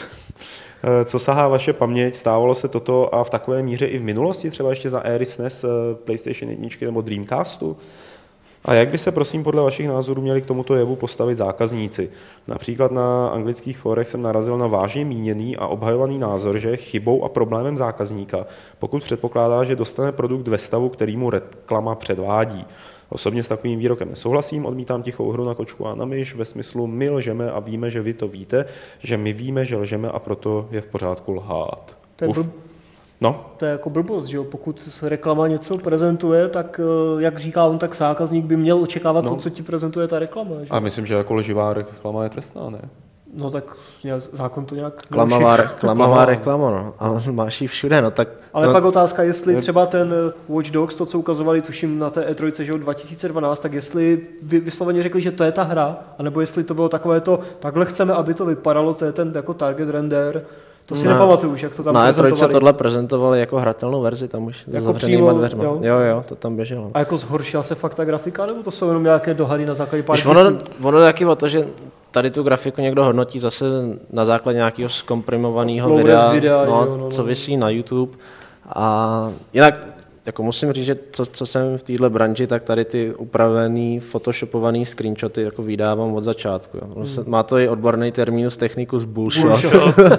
Co sahá vaše paměť, stávalo se toto a v takové míře i v minulosti, třeba ještě za éry S N E S, PlayStation jedna nebo Dreamcastu? A jak by se, prosím, podle vašich názorů měli k tomuto jevu postavit zákazníci? Například na anglických fórech jsem narazil na vážně míněný a obhajovaný názor, že je chybou a problémem zákazníka, pokud předpokládá, že dostane produkt ve stavu, který mu reklama předvádí. Osobně s takovým výrokem nesouhlasím, odmítám tichou hru na kočku a na myš ve smyslu my lžeme a víme, že vy to víte, že my víme, že lžeme a proto je v pořádku lhát. To je, Uf. blb... no. to je jako blbost, že jo? Pokud reklama něco prezentuje, tak jak říká on, tak zákazník by měl očekávat no. to, co ti prezentuje ta reklama. Že? A myslím, že jako lživá reklama je trestná, ne? No tak zákon to nějak... Klamavá, re, klamavá reklama, no. Ale máš ji všude, no tak... Ale to... pak otázka, jestli třeba ten Watch Dogs, to, co ukazovali, tuším na té E tři, že jo, dva tisíce dvanáct, tak jestli vy vysloveně řekli, že to je ta hra, anebo jestli to bylo takové to, takhle chceme, aby to vypadalo, to je ten jako target render, to si ne. nepamatuju už, jak to tam na prezentovali. Na E tři tohle prezentovali jako hratelnou verzi, tam už jako zavřenýma dveřma. Jo? jo, jo, to tam běželo. A jako zhoršila se fakt ta grafika, nebo to jsou jenom nějaké dohady na základě pár... Ono, ono je taky o to, že tady tu grafiku někdo hodnotí zase na základě nějakého zkomprimovaného videa, videa no, jo, no, no. co visí na YouTube. A jinak jako musím říct, že co, co jsem v téhle branži, tak tady ty upravený, photoshopovaný screenshoty jako vydávám od začátku. Jo. Hmm. Má to i odborný terminus technicus bullshit.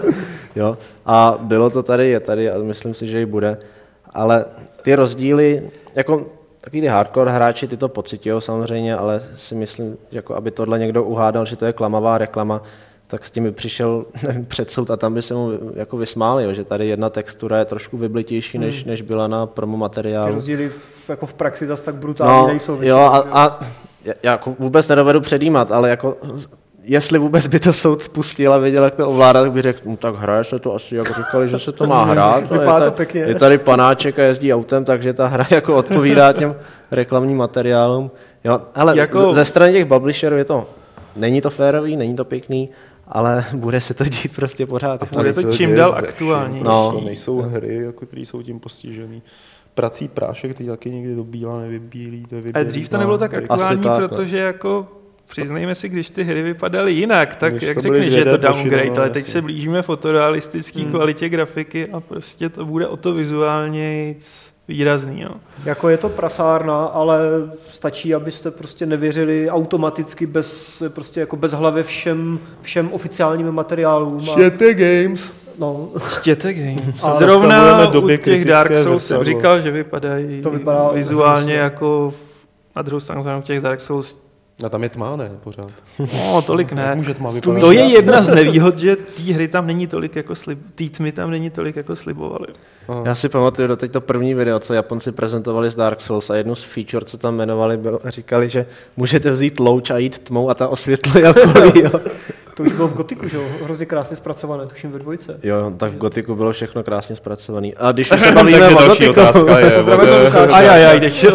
jo. A bylo to tady, je tady a myslím si, že i bude. Ale ty rozdíly, jako takový ty hardcore hráči ty to pocitujou samozřejmě, ale si myslím, jako aby tohle někdo uhádal, že to je klamavá reklama, tak s tím by přišel nevím, před soud a tam by se mu jako vysmáli, jo, že tady jedna textura je trošku vyblitější, než, hmm. než byla na promo materiálu. Ty rozdíly v, jako v praxi zase tak brutální no, nejsou. Jo, a, a já jako vůbec nedovedu předjímat, ale jako jestli vůbec by to soud spustil a věděl, jak to ovládá, tak by řekl, no tak hraje se to asi, jak říkali, že se to má hrát. Vypadá je, to tady, pěkně. je tady panáček a jezdí autem, takže ta hra jako odpovídá těm reklamním materiálům. Jo, ale jako... ze strany těch publisherů je to, není to férový, není to pěkný, ale bude se to dít prostě pořád. A bude to čím dál aktuální. No. To nejsou hry, jako, které jsou tím postižený. Prací prášek, který taky někdy do bíla nevybílí. To a dřív to nebylo tak aktuální, tak, protože jako přiznejme si, když ty hry vypadaly jinak, tak když jak řekneš, že je to downgrade, no, ale teď se blížíme fotorealistické hmm. kvalitě grafiky a prostě to bude o to vizuálně výrazný. No. Jako je to prasárna, ale stačí, abyste prostě nevěřili automaticky bez, prostě jako bez hlavy všem, všem oficiálním materiálům. Čtěte games. No. Čtěte games. A zrovna u těch Dark Souls jsem říkal, že vypadají to vypadá vizuálně jako na druhou stranu u těch Dark Souls. A tam je tma, ne? Pořád. No, tolik ne. Může tma to je jedna z nevýhod, že té hry tam není tolik jako slib... té tmy tam není tolik jako slibovali. Aha. Já si pamatuju do teď to první video, co Japonci prezentovali z Dark Souls a jednu z feature, co tam jmenovali, bylo, říkali, že můžete vzít louč a jít tmou a ta osvětluje okolí. To už bylo v Gotiku, že jo? Hrozně krásně zpracované, tuším ve dvojce. Jo, tak v Gotiku bylo všechno krásně zpracované. A když už se bavíme o další Gotiku... otázka je... Ajajaj, teď si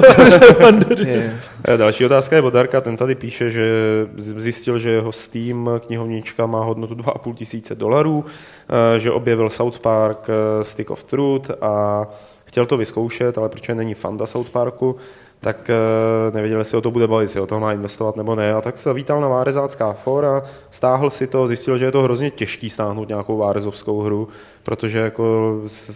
Další otázka je od Darka, ten tady píše, že zjistil, že jeho Steam knihovnička má hodnotu dva a půl tisíce dolarů, že objevil South Park Stick of Truth a chtěl to vyzkoušet, ale protože není fanda South Parku, tak nevěděl, jestli o to bude bavit, jestli o to má investovat nebo ne. A tak se vítal na Várezácká fóra, stáhl si to, zjistil, že je to hrozně těžký stáhnout nějakou várezovskou hru, protože jako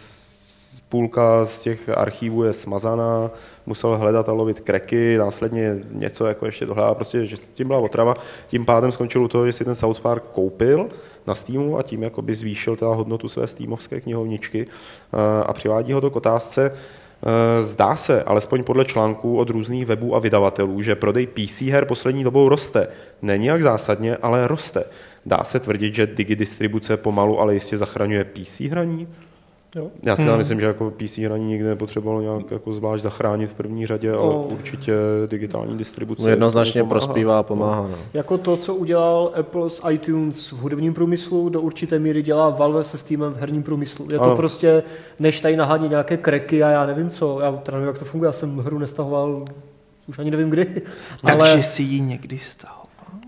půlka z těch archívů je smazaná, musel hledat a lovit kreky, následně něco jako ještě dohledat, prostě, že tím byla otrava. Tím pádem skončil u toho, že si ten South Park koupil na Steamu a tím jakoby zvýšil teda hodnotu své steamovské knihovničky a přivádí ho to k otázce. Zdá se, alespoň podle článků od různých webů a vydavatelů, že prodej P C her poslední dobou roste. Není jak zásadně, ale roste. Dá se tvrdit, že digidistribuce pomalu, ale jistě zachraňuje P C hraní? Jo. Já si Hmm. hmm. myslím, že jako P C hraní nikdy nepotřebovalo nějak jako zvlášť zachránit v první řadě, ale No. určitě digitální distribuce. Jednoznačně pomáhá. prospívá a pomáhá. No. Jako to, co udělal Apple s iTunes v hudebním průmyslu, do určité míry dělá Valve se Steamem v herním průmyslu. Je to Ano. prostě, než tady nahání nějaké cracky a já nevím co, já teda nevím, jak to funguje, já jsem hru nestahoval, už ani nevím kdy, ale Takže si ji někdy stahoval.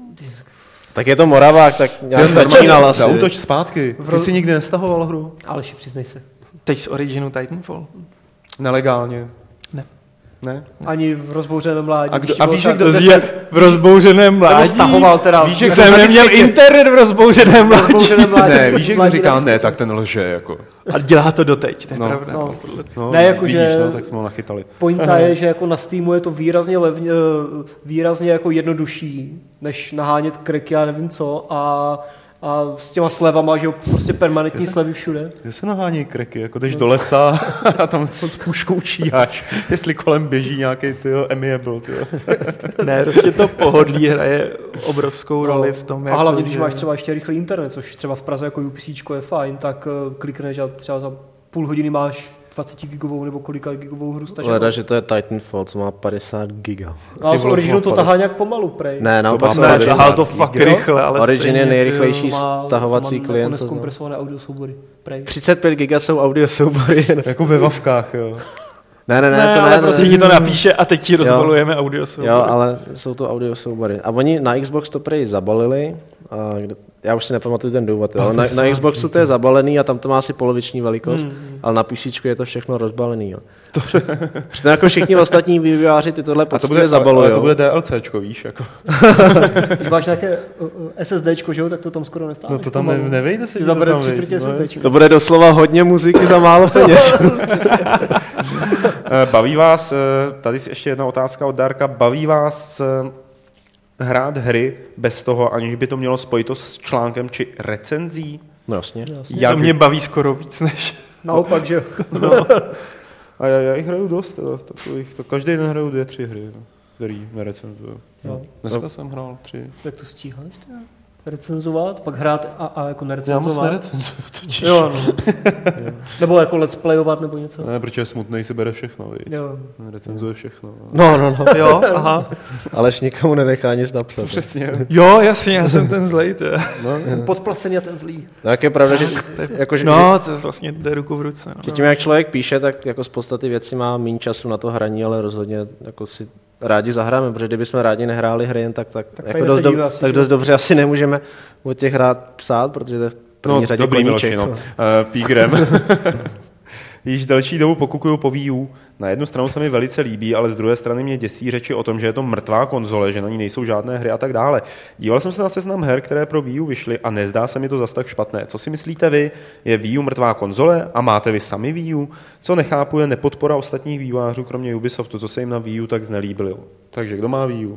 Tak je to Moravák, tak nějak začínal asi. Zautoč zpátky. Ty jsi nikdy nestahoval hru? Aleši, přiznej se. Teď z Originu Titanfall. Nelegálně? Ne. Ne? Ani v rozbouřeném mládí. A, když kdo, ti a bylo víš, že tak kdo deset- deset... v rozbouřeném Nebo mládí? stahoval teda. Víš, že Jsem kdo- neměl internet v rozbouřeném mládí. rozbouřeném mládí. Ne, víš, že kdo mládí říká na ne, tak ten lže, jako. A dělá to doteď, to je No. pravda. No. No, Ne, jako vidíš, že- no, tak jsme ho nachytali. Pointa je, že jako na Steamu je to výrazně levně, eh, výrazně jako jednodušší, než nahánět cracky, já nevím co, a, a s těma slevama, že jo, prostě permanentní slevy všude. Kde se nahání kreky, jako jdeš do lesa a tam s puškou číháš, jestli kolem běží nějaký tyjo, amiable, tyjo. Ne, prostě to pohodlí hraje obrovskou roli v tom, A jako, hlavně, když že- máš třeba ještě rychlý internet, což třeba v Praze jako UPCčko je fajn, tak eh, klikneš a třeba za půl hodiny máš dvacet gigovou nebo kolika gigovou hru staženou. Leda, že to je Titanfall, co má padesát giga. A Ty z vole, Originu to to má tahá nějak pomalu, prej. Ne, naopak má jsou Ne, padesát tahal to fakt giga. rychle, ale Origin je stejně, nejrychlejší To má- stahovací to má klient. Jako co to- neskompresované audio soubory, prej. třicet pět giga jsou audio soubory. Jako ve vavkách, jo. Ne, ne, ne, Ne, to ale ne, prostě ne. ti to napíše a teď ti rozbalujeme audio soubory. Jo, ale jsou to audio soubory. A oni na Xbox to prej zabalili. A kde, já už si nepamatuju ten důvod, ale na, na Xboxu to je zabalený a tam to má asi poloviční velikost, hmm. ale na PC je to všechno rozbalený. Jo. Přitom jako všichni ostatní vývojáři ty tohle A to bude, poctivě ale, zabalujou. ale to bude DLCčko, víš, jako. Když máš nějaké uh, uh, SSDčko, že jo, tak to tam skoro nestáváš. No to tam ne, nevejde si. Si to zabere tam tři vejde. čtvrtě No, SSDčko. To bude doslova hodně muziky za málo peněz. Eh, Baví vás, eh, tady ještě jedna otázka od Darka, baví vás eh, hrát hry bez toho, aniž by to mělo spojitost s článkem či recenzí? No jasně. Jak- To mě baví skoro víc než... Naopak, že jo. A já, já jich hraju dost, teda, takových, to každý den hraju dvě, tři hry, no, který nerecenzuju. Jo. Dneska jsem hrál tři. Jak to stíháš? Teda? Recenzovat, pak hrát a, a jako Já moc nerecenzovat. nerecenzuju totiž. Jo, no. Nebo jako let's playovat nebo něco. Ne, protože smutnej si bere všechno, viď? Jo. Recenzuje všechno. No. No, no, no. Jo, aha. Alež nikomu nenechá nic napsat. Přesně. Jo, jasně, já jsem ten zlej, to je. Podplacený a ten zlý. No, jak je pravda, že, jako, že, No, to vlastně jde ruku v ruce. že No. tím, jak člověk píše, tak jako z podstaty věci má méně času na to hraní, ale rozhodně jako si rádi zahráme, protože kdybychom rádi nehráli hry jen tak, tak, Tak jako tady dost, do, nesedíme asi, tak že? dost dobře asi nemůžeme o těch hrát psát, protože to je v první No, řadě dobrý koníček. Miloši, no. Uh, Pígrem. Již delší dobu pokukuju po Wii U. Na jednu stranu se mi velice líbí, ale z druhé strany mě děsí řeči o tom, že je to mrtvá konzole, že na ní nejsou žádné hry a tak dále. Díval jsem se na seznam her, které pro Wii U vyšly a nezdá se mi to zas tak špatné. Co si myslíte vy? Je Wii U mrtvá konzole a máte vy sami Wii U? Co nechápu je nepodpora ostatních vývojářů, kromě Ubisoftu, co se jim na Wii U tak znelíbilo. Takže kdo má Wii U?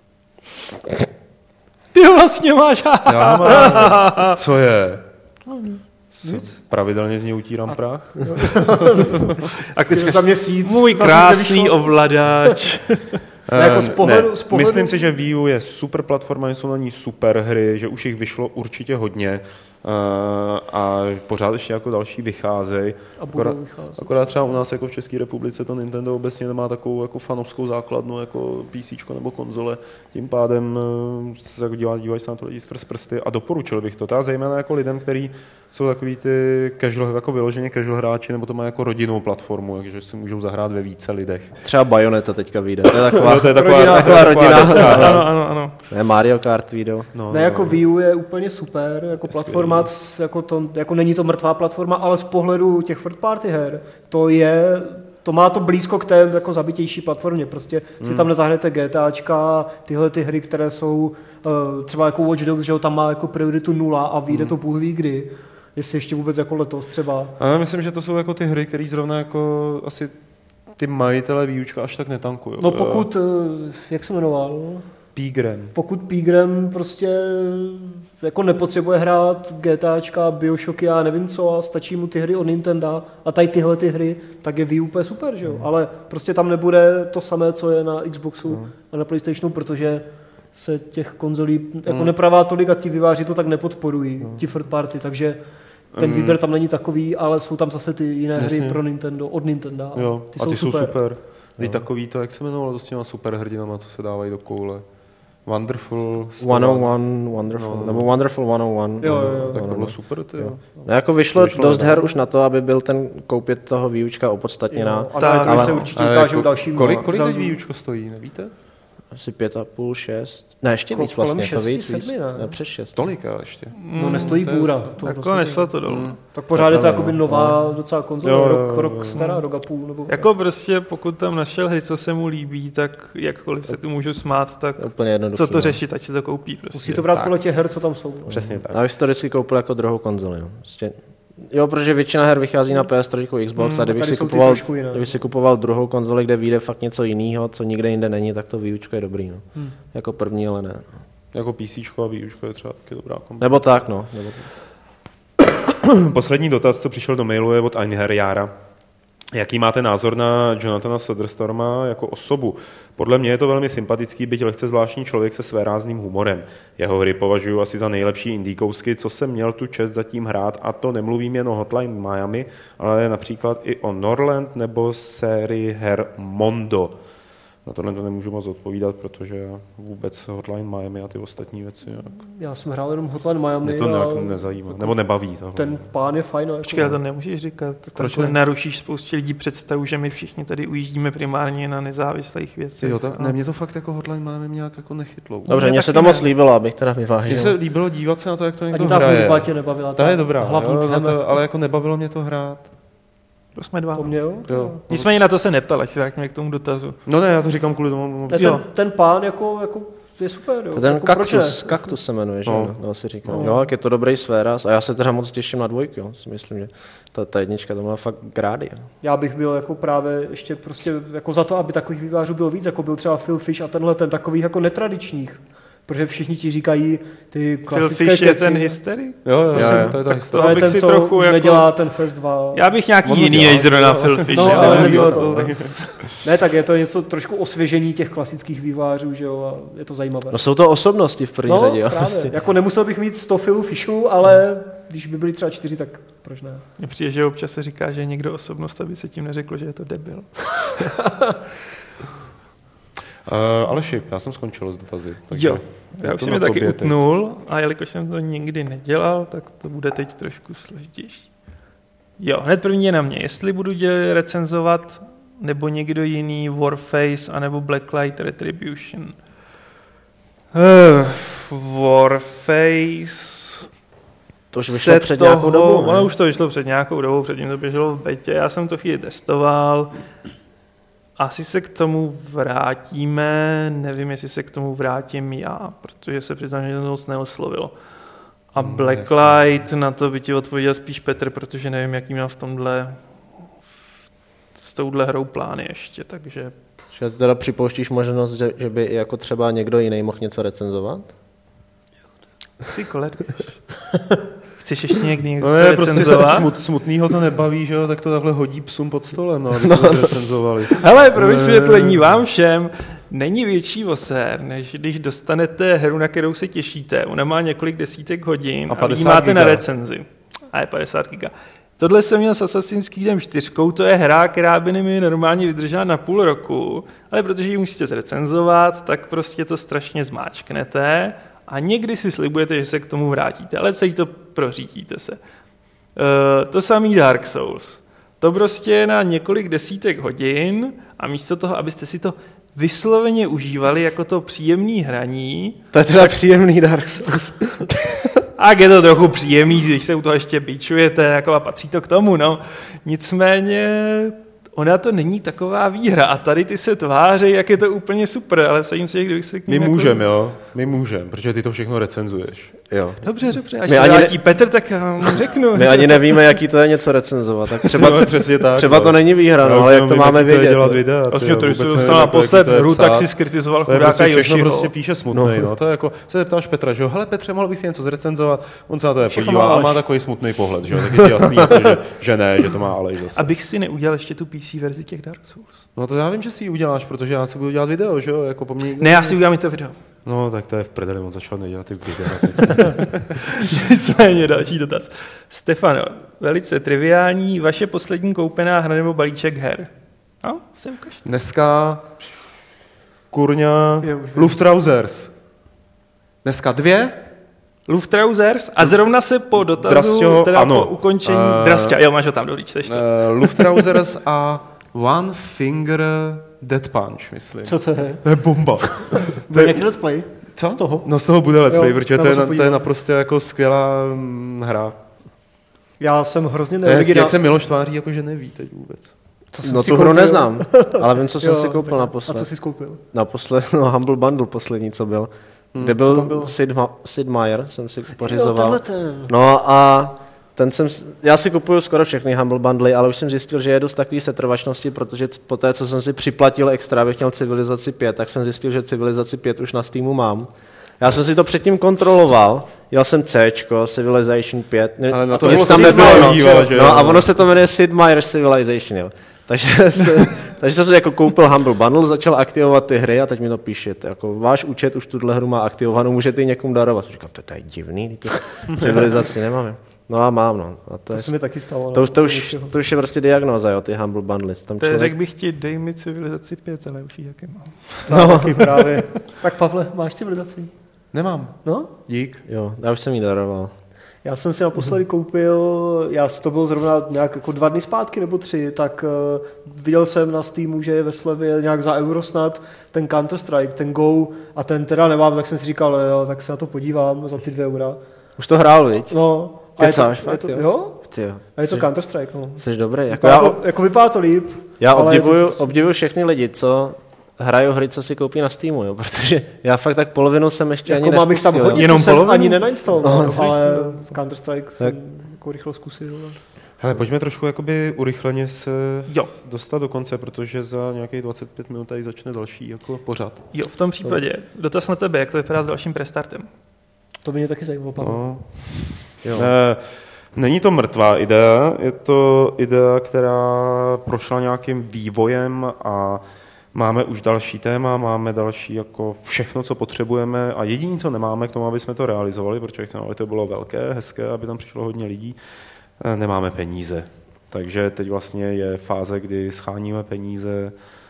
Ty vlastně máš. Já mám. Co je? Co? Pravidelně z něj utírám prach? A Ty za měsíc. můj zase krásný nevyšlo. ovladač. Ne, jako z pohledu- ne. z pohledu- Myslím si, že Wii U je super platforma, jsou na ní super hry, že už jich vyšlo určitě hodně uh, a pořád ještě jako další vycházejí. A budou Akorát, vycházet. akorát třeba u nás jako v České republice to Nintendo obecně nemá takovou jako fanovskou základnu jako PCčko nebo konzole, tím pádem uh, se jako dívají, dívají se na to lidi skrz prsty a doporučil bych to. Tá zejména jako lidem, kteří jsou takový ty casual, jako vyloženě casual hráči, nebo to má jako rodinnou platformu, takže si můžou zahrát ve více lidech. Třeba Bayonetta teďka vyjde. To je taková, Jo, to je taková, rodina, taková, taková taková rodina. dětská hra. Ano, ano, ano. Ne, Mario Kart vyjdou. No, Ne, no, jako no. Wii U je úplně super, jako platforma, jako, to, jako není to mrtvá platforma, ale z pohledu těch third party her, to je, to má to blízko k té jako zabitější platformě, prostě hmm. si tam nezahrajete GTAčka, tyhle ty hry, které jsou uh, třeba jako Watch Dogs, že jo, tam má jako prioritu nula a vyjde hmm. to bůh ví kdy, jestli ještě vůbec jako letos třeba. A já myslím, že to jsou jako ty hry, které zrovna jako asi ty majitele výučka až tak netankují. No pokud, uh, jak se jmenoval? Pígrem. Pokud Pígrem prostě jako nepotřebuje hrát GTAčka, Bioshocky a nevím co a stačí mu ty hry od Nintendo a tady tyhle ty hry, tak je Wii U úplně super, že jo? Ale prostě tam nebude to samé, co je na Xboxu Mm. a na PlayStationu, protože se těch konzolí jako mm. nepravá tolik a ti výváři to tak nepodporují, mm. ti third party, takže ten výběr tam není takový, ale jsou tam zase ty jiné Jasně. hry pro Nintendo, od Nintendo. Jo, ty a ty jsou super. jsou super. Ty takový to, jak se jmenovalo to s těma superhrdinama, co se dávají do koule. Wonderful. sto jedna, Wonderful, No. nebo Wonderful sto jedna. Jo, jo, jo. Tak to no, bylo no. super, ty jo. No, jako vyšlo, Vyšlo dost nedávno. her už na to, aby byl ten koupět toho výučka opodstatněná. Jo, a Tak, na E tři se ale- určitě Ale ukážou jako- dalším. Kolik, kolik teď Zeldu. výučko stojí, nevíte? Asi pět a půl, šest. Ne, ještě Kol- víc kolem vlastně, to šesti, víc, víc. sedmi, ne? Ne, přes šest. Tolika ještě. No nestojí to je bůra. z- to Jako prostě- nešlo to dolů. Mm. Tak pořád je to pravda, jakoby no. nová docela konzole, Jo, jo, rok, jo, rok jo. stará, rok a půl. Nebo... Jako prostě, pokud tam našel hry, co se mu líbí, tak jakkoliv se tu můžu smát, tak Úplně jednoduchý. co to no. řešit, ať si to koupí prostě. Musí to brát tak. podle těch her, co tam jsou. Přesně tak. A vy jsi to vždycky koupil jako druhou konzoli. No. Prostě, jo, protože většina her vychází na P S tři, Xbox Hmm, a kdybych tady si, jsou ty kupoval, trošku jiné. kdybych si kupoval druhou konzoli, kde vyjde fakt něco jiného, co nikde jinde není, tak to výučko je dobrý. No. Hmm. Jako první, ale ne. Jako PCčko a výučko je třeba taky dobrá kombinace. Nebo tak, no. Nebo... Poslední dotaz, co přišel do mailu, je od Einherjara. Jaký máte názor na Jonathana Soderstorma jako osobu? Podle mě je to velmi sympatický, byť lehce zvláštní člověk se svérázným humorem. Jeho hry považuji asi za nejlepší indie kousky, co jsem měl tu čest zatím hrát, a to nemluvím jen o Hotline Miami, ale například i o Norland nebo sérii her Mondo. Na tohle to nemůžu moc odpovídat, protože já vůbec Hotline Miami a ty ostatní věci nějak... Já jsem hrál jenom Hotline Miami. Mě to nějak a nezajímá, nebo nebaví to. ten pán je fajn. Jako... Počkej, ale to nemůžeš říkat. Proč Takhle ne? narušíš spoustě lidí představu, že my všichni tady ujíždíme primárně na nezávislých věcech. Jo, tak, A- ne, mě to fakt jako Hotline Miami nějak jako nechytlo. Dobře, Mě mně se taky to moc ne. líbilo, abych teda Mně vyvážil. se líbilo dívat se na to, jak to někdo Ani ta hraje. hudba tě nebavila. Ta je dobrá, hlavní jo, na téma. to, ale jako nebavilo mě to hrát. To jsme dva. To mě, jo? Jo. Nicméně na to se neptal, ať se vrátíme k tomu dotazu. No ne, já to říkám kvůli tomu. Ne, Jo. ten, ten pán jako, jako je super. Jo. To je ten jako, proč kaktus, ne? kaktus se jmenuje, že No. no. no si říkám. No. Jo, jak je to dobrý sféras a já se teda moc těším na dvojku, jo. Si myslím, že ta, ta jednička to má fakt grády. Jo. Já bych byl jako právě ještě prostě jako za to, aby takových vývářů bylo víc, jako byl třeba Phil Fish a tenhle ten takových jako netradičních. Protože všichni ti říkají ty Phil klasické Fish je keci. ten hysterik? Jo, jo, Jo, jo, jo. to je ta Tak historie. To je bych ten, si co trochu už jako- nedělá ten Fest dva. Já bych nějaký On jiný dělá, než zrovna jo. Phil Fish, No, že? ale ale nebylo to. to. Ne, tak je to něco trošku osvěžení těch klasických vývářů, že jo, a je to zajímavé. No jsou to osobnosti v první No, řadě, jo. právě. Prostě. Jako nemusel bych mít sto Philů Fishů, ale když by byli třeba čtyři, tak proč ne? Mně přijde, že občas se říká, že je někdo osobnost, aby se tím neřeklo, že je to debil. Uh, Aleši, já jsem skončil s dotazy. Takže Jo, je já už to jsem na je taky tobě teď. utnul a jelikož jsem to nikdy nedělal, tak to bude teď trošku složitější. Jo, hned první je na mě. Jestli budu děl- recenzovat nebo někdo jiný Warface anebo Blacklight Retribution. Uh, Warface... To už vyšlo se před toho, nějakou dobou. ne? Ono už to vyšlo před nějakou dobou, předtím to běželo v betě, já jsem to chvíli testoval. Asi se k tomu vrátíme, nevím, jestli se k tomu vrátím já, protože se přiznám, že to moc neoslovilo. A Hmm, Blacklight, na to by ti odpověděl spíš Petr, protože nevím, jaký má v tomhle s touhle hrou plány ještě, takže Že teda připouštíš možnost, že, že by i jako třeba někdo jiný mohl něco recenzovat? si koleduješ. Chceš ještě někdy něco No ne, prostě recenzovat? smut, smutnýho to nebaví, že jo, tak to takhle hodí psům pod stolem, no, aby se to recenzovali. Hele, pro vysvětlení vám všem, není větší vosér, než když dostanete hru, na kterou se těšíte. Ona má několik desítek hodin A a, a vy ji padesát máte giga. na recenzi. A je padesát giga. Tohle jsem měl s Assassin's Creedem čtyři, to je hra, která by mi normálně vydržela na půl roku, ale protože ji musíte zrecenzovat, tak prostě to strašně zmáčknete a někdy si slibujete, že se k tomu vrátíte, ale celý to prořítíte se. Uh, to samý Dark Souls. To prostě je na několik desítek hodin a místo toho, abyste si to vysloveně užívali jako to příjemné hraní, To je teda příjemný Dark Souls. a je to trochu příjemný, když se u toho ještě bičujete, jako a patří to k tomu, no. Nicméně ona to není taková výhra a tady ty se tváří, jak je to úplně super, ale vsadím si, že kdybych se k My ním jako... můžeme, jo, my můžeme, protože ty to všechno recenzuješ. Jo. Dobře, dobře, až My se ani vrátí ne- Petr, tak já mu řeknu. My ani nevíme, jaký to je něco recenzovat. Tak třeba, No, přesně tak, třeba no. to není výhra, no, Já už ale jak jenom to vím, máme jaký to je vědět. dělat videa. A ty že jo, to, když vůbec jsem nevím, dostal jako, naposled jaký to je hru, tak psát. si skritizoval To je chudáka prostě všechno Yoshiho. prostě píše smutnej, no. To je jako, se zeptáš Petra, že jo, hele Petře, mohl bys si něco zrecenzovat, on se na to Všechno nepodívá má a Aleš. má takový smutný pohled, že jo, tak je ti jasný, jako, že, že ne, že to má Aleš zase. Abych si neudělal ještě tu P C verzi těch Dark Souls. No to já vím, že si ji uděláš, protože já si budu dělat video, že jo, jako po mně. Ne, já si udělám i to video. No, tak to je v prdeli, on začal nedělat ty videa. Nicméně další dotaz. Stefano, velice triviální, vaše poslední koupená hra nebo balíček her? No, se ukažte. Dneska kurňa Luftrausers. Dneska dvě? Luftrausers a zrovna se po dotazu, Drasťo, teda ano. po ukončení Uh, Drasťa, jo, máš ho tam, dobrý, čteš to. Uh, Luftrausers a One Finger Death Punch, myslím. Co to je? To je bomba. Bude nějaký let's play? Co? Z toho? No z toho bude let's play, Jo, protože nebo to je, se na, to je podívám. naprosto jako skvělá mm, hra. Já jsem hrozně To je hezký, neoriginální. jak se Miloš tváří, jako že neví teď vůbec. No tu hru neznám, ale vím, co jsem Jo, si koupil A naposled. co jsi koupil? Naposled, no Humble Bundle poslední, co byl. Hmm, Kde co byl, tam bylo? Sid, Ma- Sid Meier, jsem si Jo, pořizoval. tenhle ten. No a ten jsem, já si kupuju skoro všechny Humble Bundly, ale už jsem zjistil, že je dost takový setrvačnosti, protože po té, co jsem si připlatil extra, abych měl Civilizaci pět, tak jsem zjistil, že Civilizaci pět už na Steamu mám. Já jsem si to předtím kontroloval, jel jsem Cčko, Civilization pět, ne, Ale na to nic bylo tam Sid nebylo, Meier no. díval, že jo? No a ono se to jmenuje Sid Meier's Civilization, jo. Takže, se, takže jsem si jako koupil Humble Bundle, začal aktivovat ty hry a teď mi to píše, jako váš účet už tuhle hru má aktivovanou, můžete ji někomu darovat. Říkám, to je divný, to Civilizaci nemám. No a mám, no. A to, To je, se mi taky stalo. to, no, už, to, už, něčeho. to už je prostě diagnóza, jo, ty Humble Bundles. Tam To je, člověk... řekl bych ti, dej mi Civilizaci pět, ale už ji taky mám. No. Taky právě. Tak Pavle, máš civilizaci? Nemám. No? Dík. Jo, já už jsem jí daroval. Já jsem si naposledy koupil, já to bylo zrovna nějak jako dva dny zpátky nebo tři, tak uh, viděl jsem na Steamu, že je ve slevě nějak za euro snad ten Counter-Strike, ten Go a ten teda nemám, tak jsem si říkal, jo, tak se na to podívám za ty dvě eura. Už to hrál, viď? No, a je to, Kecáš, je fakt, to, jo? jo? Ty jo. A je to Jsi- Counter-Strike, no. Jsi dobrý. Jako Vypadá já, to, jako vypadá to líp. já ale je to obdivuju, prostě- obdivuju všechny lidi, co hrajou hry, co si koupí na Steamu, jo? Protože já fakt tak polovinu jsem ještě Jako ani mám jich tam nespustil, hodně, jo. Jenom co jsem polovinu? ani nenainstaloval, No, ale Counter-Strike Tak. jsem jako rychle zkusil. Hele, pojďme trošku jakoby urychleně se Jo. dostat do konce, protože za nějakých dvacet pět minut tady začne další jako pořad. Jo, v tom případě dotaz na tebe, jak to vypadá s dalším prestartem? To by mě taky zajímalo, Pavel. No. Jo. Ne, není to mrtvá idea, je to idea, která prošla nějakým vývojem a máme už další téma, máme další jako všechno, co potřebujeme a jediné, co nemáme k tomu, aby jsme to realizovali, protože chceme, aby to bylo velké, hezké, aby tam přišlo hodně lidí, nemáme peníze. Takže teď vlastně je fáze, kdy scháníme peníze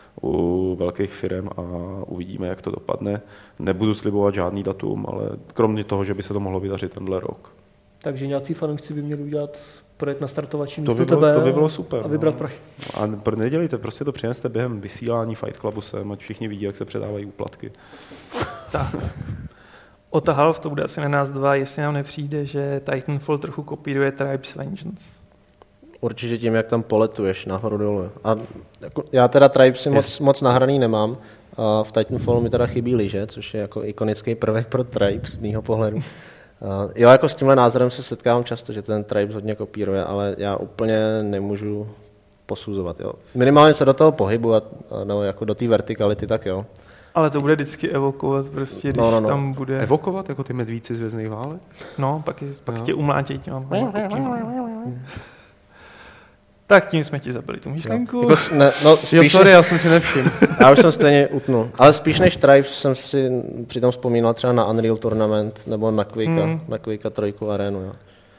u velkých firm a uvidíme, jak to dopadne. Nebudu slibovat žádný datum, ale kromě toho, že by se to mohlo vydařit tenhle rok. Takže nějací fanoušci by měli udělat projekt na startovačí To místo by bylo- tebe to by bylo super, a vybrat no. prachy. A pr- nedělejte, prostě to přineste během vysílání Fight Clubu sem, ať všichni vidí, jak se předávají úplatky. Tak. Otahal, to bude asi na nás dva, jestli nám nepřijde, že Titanfall trochu kopíruje Tribes Vengeance. Určitě tím, jak tam poletuješ nahoru dolů. A jako, já teda Tribesy moc, moc nahraný nemám. A v Titanfallu mi teda chybí lyže, což je jako ikonický prvek pro Tribes z mýho pohledu. A jo, jako s tímhle názorem se setkávám často, že ten Tribes hodně kopíruje, ale já úplně nemůžu posuzovat. Jo. Minimálně se do toho pohybu, a, a, nebo jako do té vertikality, tak jo. Ale to bude vždycky evokovat, prostě, když No, no, no. tam bude... Evokovat jako ty medvíci z Vězných válek? No, pak, je, pak No. tě umlátějí těma kopíma. Tak tím jsme ti zabili tu myšlenku. Jako, s- ne, no, Jo, spíš sorry, já jsem si nevšiml. Já už jsem stejně utnul. Ale spíš než Tribes jsem si přitom vzpomínal třeba na Unreal Tournament nebo na Quakea, Mm. na Quakea trojku arénu. Jo.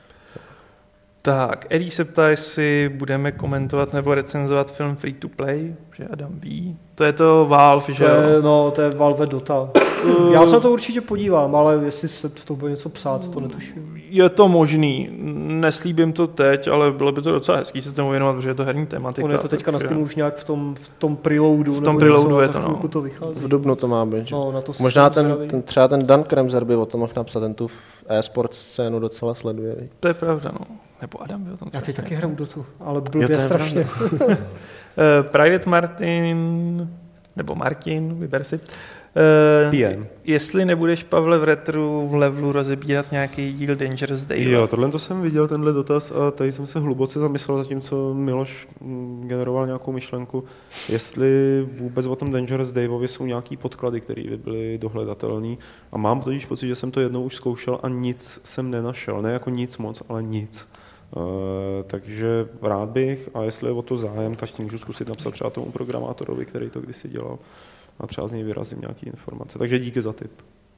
Tak, Eddie se ptá, jestli budeme komentovat nebo recenzovat film Free to Play, že Adam ví. To je to Valve, že To jo? je, no, to je Valve Dota. Já se na to určitě podívám, ale jestli se to bude něco psát, to netuším. Je to možný. Neslíbím to teď, ale bylo by to docela hezký se tomu věnovat, protože je to herní tematika. On je to teďka na takže- Steamu už nějak v tom, v tom preloadu. V tom nebo preloadu něco, je za to, no. chvilku to vychází. V dubnu to má být. že? No, na to Možná jsem ten, zvědavý. ten, třeba ten Dan Kremser by o tom mohl napsat, ten tu e-sport scénu docela sleduje. viď? To je pravda, no. Nebo Adam by o tom Já teď třeba taky něco. hraju Dotu, ale Jo, to blbě je strašně. Eh, Private Martin, nebo Martin, vyber si. Eh, P M. Jestli nebudeš, Pavle, v retru v levelu rozebírat nějaký díl Dangerous Day. Jo, tohle to jsem viděl, tenhle dotaz, a tady jsem se hluboce zamyslel, zatímco Miloš mm, generoval nějakou myšlenku, jestli vůbec o tom Dangerous Daveovi jsou nějaký podklady, které by byly dohledatelné. A mám totiž pocit, že jsem to jednou už zkoušel a nic jsem nenašel. Ne jako nic moc, ale nic. Uh, takže rád bych, a jestli je o to zájem, tak můžu zkusit napsat třeba tomu programátorovi, který to kdysi dělal, a třeba z něj vyrazím nějaké informace. Takže díky za tip.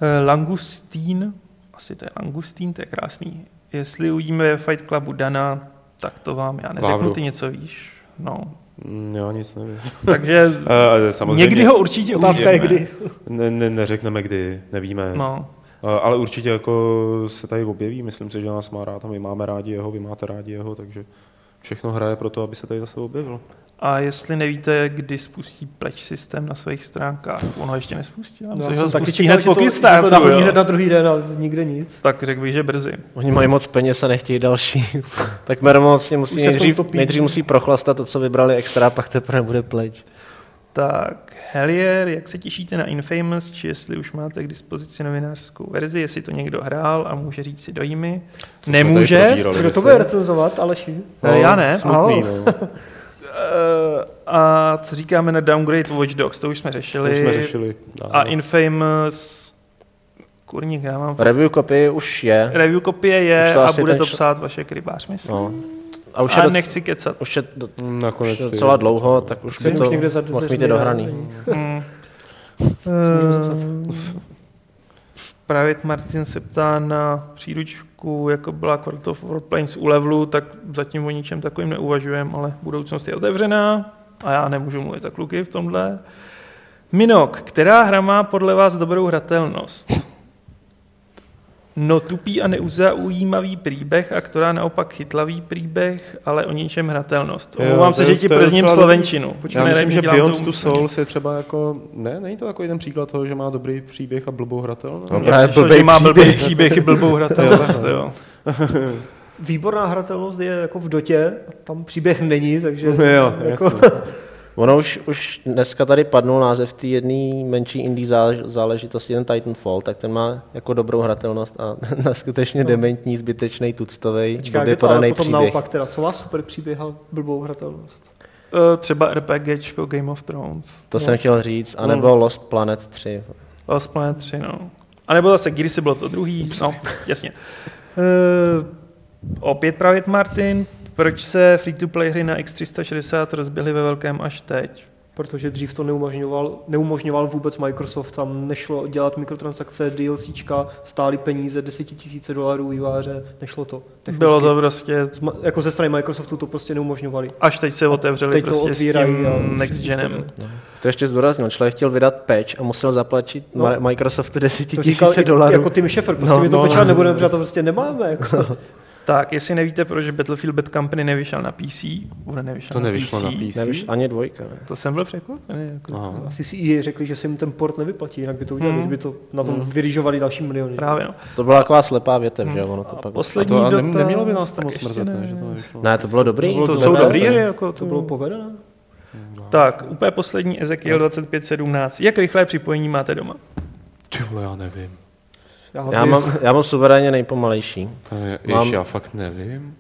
Langustín, asi to je Langustín, to je krásný. Jestli uvidíme ve Fight Clubu Dana, tak to vám já neřeknu, Vávru. ty něco víš. No. Mm, já nic nevím. Takže uh, někdy ho určitě Otázka je uvidíme. kdy. Ne, ne, neřekneme kdy, nevíme. No. Uh, ale určitě jako se tady objeví, myslím si, že nás má rád a my máme rádi jeho, vy máte rádi jeho, takže všechno hraje pro to, aby se tady zase objevil. A jestli nevíte, kdy spustí Pledge systém na svých stránkách, ono ještě nespustí. No, No, já že ho jsem taky spustí čekal, hned že po to, že to Kickstarteru, nahodí jo. hned na druhý den a nikde nic. Tak řekl bych, že brzy. Oni mají moc peněz a nechtějí další. Tak Mermocně musí Už se v tom nejdřív, topí. nejdřív musí prochlastat to, co vybrali extra, pak teprve bude Pledge. Tak, Hellier, jak se těšíte na Infamous, či jestli už máte k dispozici novinářskou verzi, jestli to někdo hrál a může říct si dojmy. jsme tady Nemůže, probírali, Kdo to myslím. bude recenzovat, Aleši? no, já ne. Smutný, no. Eh, A co říkáme na Downgrade Watch Dogs, to už jsme To řešili. už jsme řešili. dávno. A Infamous, kurník, já mám... Review copy už je. Review kopie Už je to a asi bude ten to č- psát vaše rybář, myslím. No. A už A je, do, nechci kecat. už je do, Mm, Nakonec už je ty- docela dlouho, tak už by Už to někde za mohl mít dveřmi je dohraný. Hmm. Private Martin se ptá na příručku, jako byla World of Warplanes u levelu, tak zatím o ničem takovým neuvažujeme, ale budoucnost je otevřená a já nemůžu mluvit za kluky v tomhle. Minok, která hra má podle vás dobrou hratelnost? No tupý a neuzaujímavý příběh a která naopak chytlavý příběh, ale o ničem hratelnost. Jo, Omlouvám to se, je- že ti to je przním docela slovenčinu. Já myslím, že Nedělám Beyond to Two úmyslně. Souls je třeba jako... Ne, není to takový ten příklad toho, že má dobrý příběh a blbou hratelnost? No, Mně právě přišlo, blbej že má blbý příběh. příběh i blbou hratelnost. Jo. Výborná hratelnost je jako v Dotě, tam příběh není, takže Jo, jako, jasně. Ono už, už dneska tady padnul název té jedné menší indie zálež- záležitosti, ten Titanfall, tak ten má jako dobrou hratelnost a neskutečně dementní, zbytečný tuctovej, Počká, blbě jak je to ale podaný potom příběh. naopak teda, co má super příběh a blbou hratelnost? Eh, Třeba RPGčko Game of Thrones. To No. jsem chtěl říct, anebo Lost Planet tři. Lost Planet tři, no. A nebo zase Gearsy bylo to druhý, no, jasně. Uh, opět Private Martin, proč se free-to-play hry na X tři sta šedesát rozběhly ve velkém až teď? Protože dřív to neumožňoval, neumožňoval vůbec Microsoft, tam nešlo dělat mikrotransakce, DLCčka, stály peníze, desetitisíce dolarů výváře, nešlo to. Technicky. Bylo to prostě, Zma- jako ze strany Microsoftu to prostě neumožňovali. až teď se otevřeli teď to prostě s otvírají tím a už next to genem. To ještě zdůraznil, člověk chtěl vydat patch a musel zaplatit No. Ma- Microsoftu To říkal desetitisíce i- dolarů. jako Tim Schafer, prostě No, my to no. pečovat nebudeme, protože to prostě nemáme. Jako. Tak, jestli nevíte, proč Battlefield Bad Company nevyšel na P C, bude nevyšel To na nevyšlo P C. na P C. Nevíš, ani dvojka. Ne? To jsem byl překvapený. Jako, Aha. Asi si E A řekli, že se jim ten port nevyplatí, jinak by to udělali, Hmm. kdyby to na tom vyrýžovali další miliony. právě, no. To byla taková slepá větev, že jo? Ono to A pak... A poslední to a ne, dotaz, nemělo by nás to tak moc ještě mrzet, ne, ne. že to nevyšlo. Ne, to bylo dobrý. bylo To to jsou nebylo- dobrý hry, jako To bylo povedené. Tak, úplně poslední Ezekiel dvacet pět sedmnáct. Jak rychlé připojení máte doma? Ty vole, já nevím. Já, Já mám, já mám suverénně nejpomalejší. To je- Mám- Jež, já fakt nevím.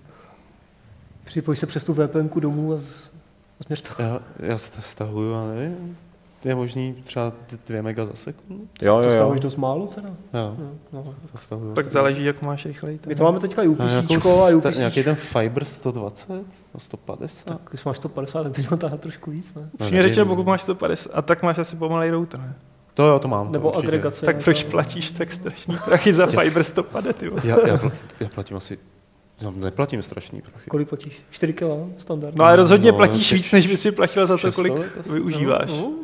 Připoj se přes tu VPNku domů a, z, a změř to. Já, já st- stahuju, já nevím. Je možný třeba dvě mega za sekundu? Jo, To jo, jo. stahuješ dost málo teda. Jo, No, no. to stahuju. Tak záleží, jak máš rychleji. My to máme teďka i u A nějakou PCčko a i u sta- PC. nějaký ten Fiber sto dvacet? No sto padesát? Tak, když máš sto padesát, tak bys měl tahat trošku víc, ne? No, Upřímně nevím. řečeno, pokud máš sto padesát, a tak máš asi pomalej router, ne? To jo, to mám. to Nebo určitě. agregace. Tak proč nějaká. platíš tak strašný prachy za Fiber sto padesát, ty vole? Já, já, pl- já platím asi... No, neplatím strašný prachy. Kolik platíš? čtyři kila standard. No ale rozhodně No, platíš teď víc, než by si platil za to, šest kolik stovek asi. využíváš. No,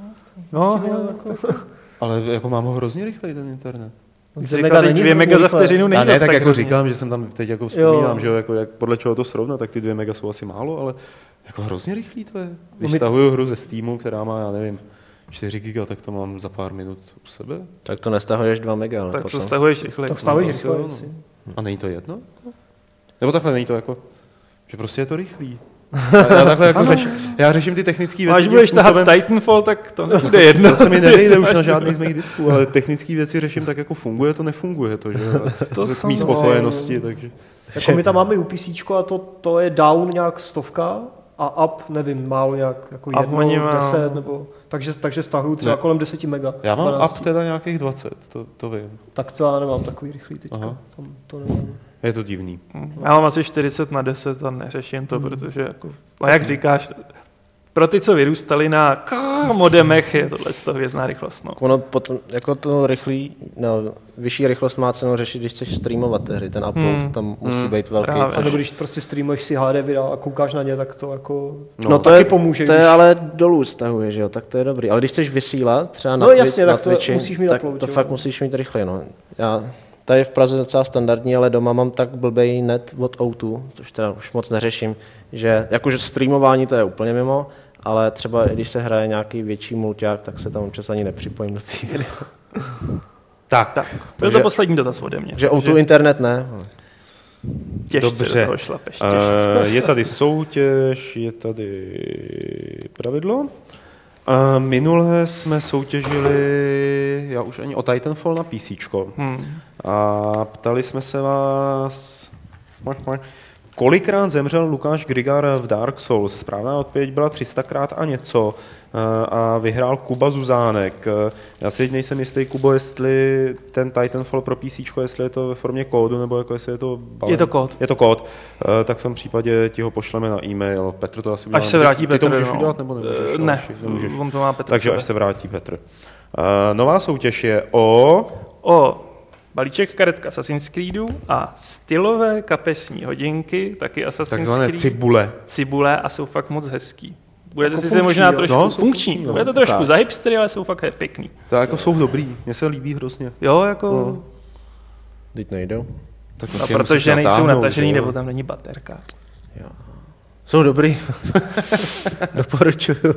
No, no, no, jako, Ale jako mám ho hrozně rychlej ten internet. jsi mega říkal, teď není dvě mega hrozně za rychle. vteřinu není Já ne, zas tak tak jako hrozný. říkám, že jsem tam teď jako vzpomínám, Jo. že jo, jako jak podle čeho to srovnat, tak ty dvě mega jsou asi málo, ale jako hrozně rychlý to je. Když my- stahuju hru ze Steamu, která má, já nevím, čtyři giga, tak to mám za pár minut u sebe. Tak to nestahuješ dva mega, ale Tak to potom. stahuješ rychleji. Tak vstáváš No, rychle. asi jo, asi. A není to jedno? Jako? Nebo takhle není to jako, že prostě je to rychlý. Já, já takhle jako řeš, já řeším ty technické věci. Až tím budeš tahat způsobem- Titanfall, tak to nebude jedno. To se mi nevejde už na žádný z mých disků, ale technické věci řeším tak, jako funguje, to nefunguje, to, že jo. To To k mý samozřejmě. spokojenosti, takže... Jako my tam máme u PCčko a to, to je down nějak stovka a up, nevím, málo nějak jako Up oni jedno, má- deset, nebo, takže, takže stahuju třeba Ne. kolem deseti mega. Já mám dvanáct. up teda nějakých dvacet, to, to vím. Tak to já nemám takový rychlý teďka. Aha. Tam to nemám. Je to divný. Já mám asi čtyřicet na deset a neřeším to, protože jako, a jak říkáš, pro ty, co vyrůstali na modemech, je tohle z toho hvězdná rychlost. No. Ono potom, jako to rychlý, no, vyšší rychlost má cenu řešit, když chceš streamovat té hry. Ten upload hmm. tam musí hmm. být velký. Právě. A nebo když prostě streamuješ si H D videa a koukáš na ně, tak to jako no, no to taky je, pomůže. To je když... ale dolů stahuje, že jo, tak to je dobrý. Ale když chceš vysílat, třeba na, no, twi- jasně, na tak to Twitchi, musíš mít tak upload, to jo. fakt musíš mít rychle. No. Já tady v Praze docela standardní, ale doma mám tak blbej net od O dva, což teda už moc neřeším, že jakože streamování to je úplně mimo, ale třeba když se hraje nějaký větší mulťák, tak se tam občas ani nepřipojím do té hry. Tak, tak. Byl to poslední dotaz ode mě. Že O dva že... internet ne. Těžce dobře. Do toho šlapeš. Uh, je tady soutěž, je tady pravidlo. Uh, minule jsme soutěžili, já už ani o Titanfall na PCčko. Hmm. A ptali jsme se vás, kolikrát zemřel Lukáš Grigar v Dark Souls. Správná odpověď byla tři sta krát a něco. A vyhrál Kuba Zuzánek. Já si nejsem jistý, Kubo, jestli ten Titanfall pro PCčko, jestli je to ve formě kódu, nebo jako jestli je to balén. Je to kód. Je to kód. Tak v tom případě ti ho pošleme na e-mail. Petr to asi udělá. Až se vrátí Petr. Ty to můžeš no. udělat, nebo nemůžeš? Uh, ne, nemůžeš. On to má Petr. Takže až se vrátí Petr. Uh, nová soutěž je o... O balíček karet k Assassin's Creedu a stylové kapesní hodinky, taky Assassin's Takzvané Creed. cibule. Cibule a jsou fakt moc hezký. Budete jako si se možná jo. trošku no, funkční. No, Budete trošku tak. za hipstery, ale jsou fakt pěkný. To jako jsou dobrý. Mně se líbí hrozně. Jo, jako... No. Teď nejdou. Tak a protože nejsou natažený, nebo tam není baterka. Jo. Jsou dobrý. Doporučuju.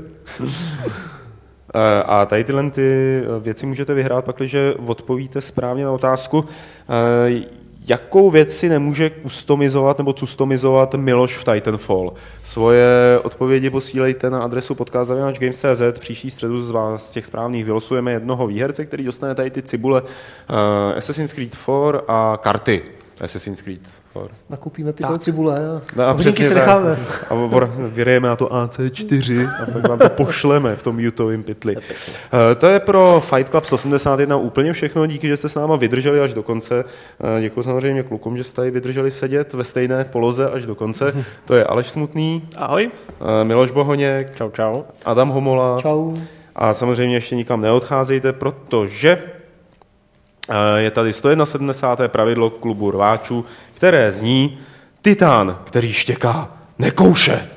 A tady tyhle ty věci můžete vyhrát, pakliže odpovíte správně na otázku, jakou věc si nemůže customizovat nebo customizovat Miloš v Titanfall. Svoje odpovědi posílejte na adresu podcast zavináč games tečka cé zet. Příští středu z vás z těch správných vylosujeme jednoho výherce, který dostane tady ty cibule uh, Assassin's Creed čtyři a karty Assassin's Creed čtyři. Nakupíme pytel cibule a no a hodinky se necháme. A vyrejeme na to A C čtyři a pak vám to pošleme v tom jutovém pytli. Uh, to je pro Fight Club sto sedmdesát jedna úplně všechno. Díky, že jste s náma vydrželi až do konce. Uh, děkuji samozřejmě klukům, že jste tady vydrželi sedět ve stejné poloze až do konce. To je Aleš Smutný. Ahoj. Uh, Miloš Bohoněk. Čau, čau. Adam Homola. Čau. A samozřejmě ještě nikam neodcházejte, protože je tady sto sedmdesát jedna pravidlo klubu rváčů, které zní Titán, který štěká, nekouše.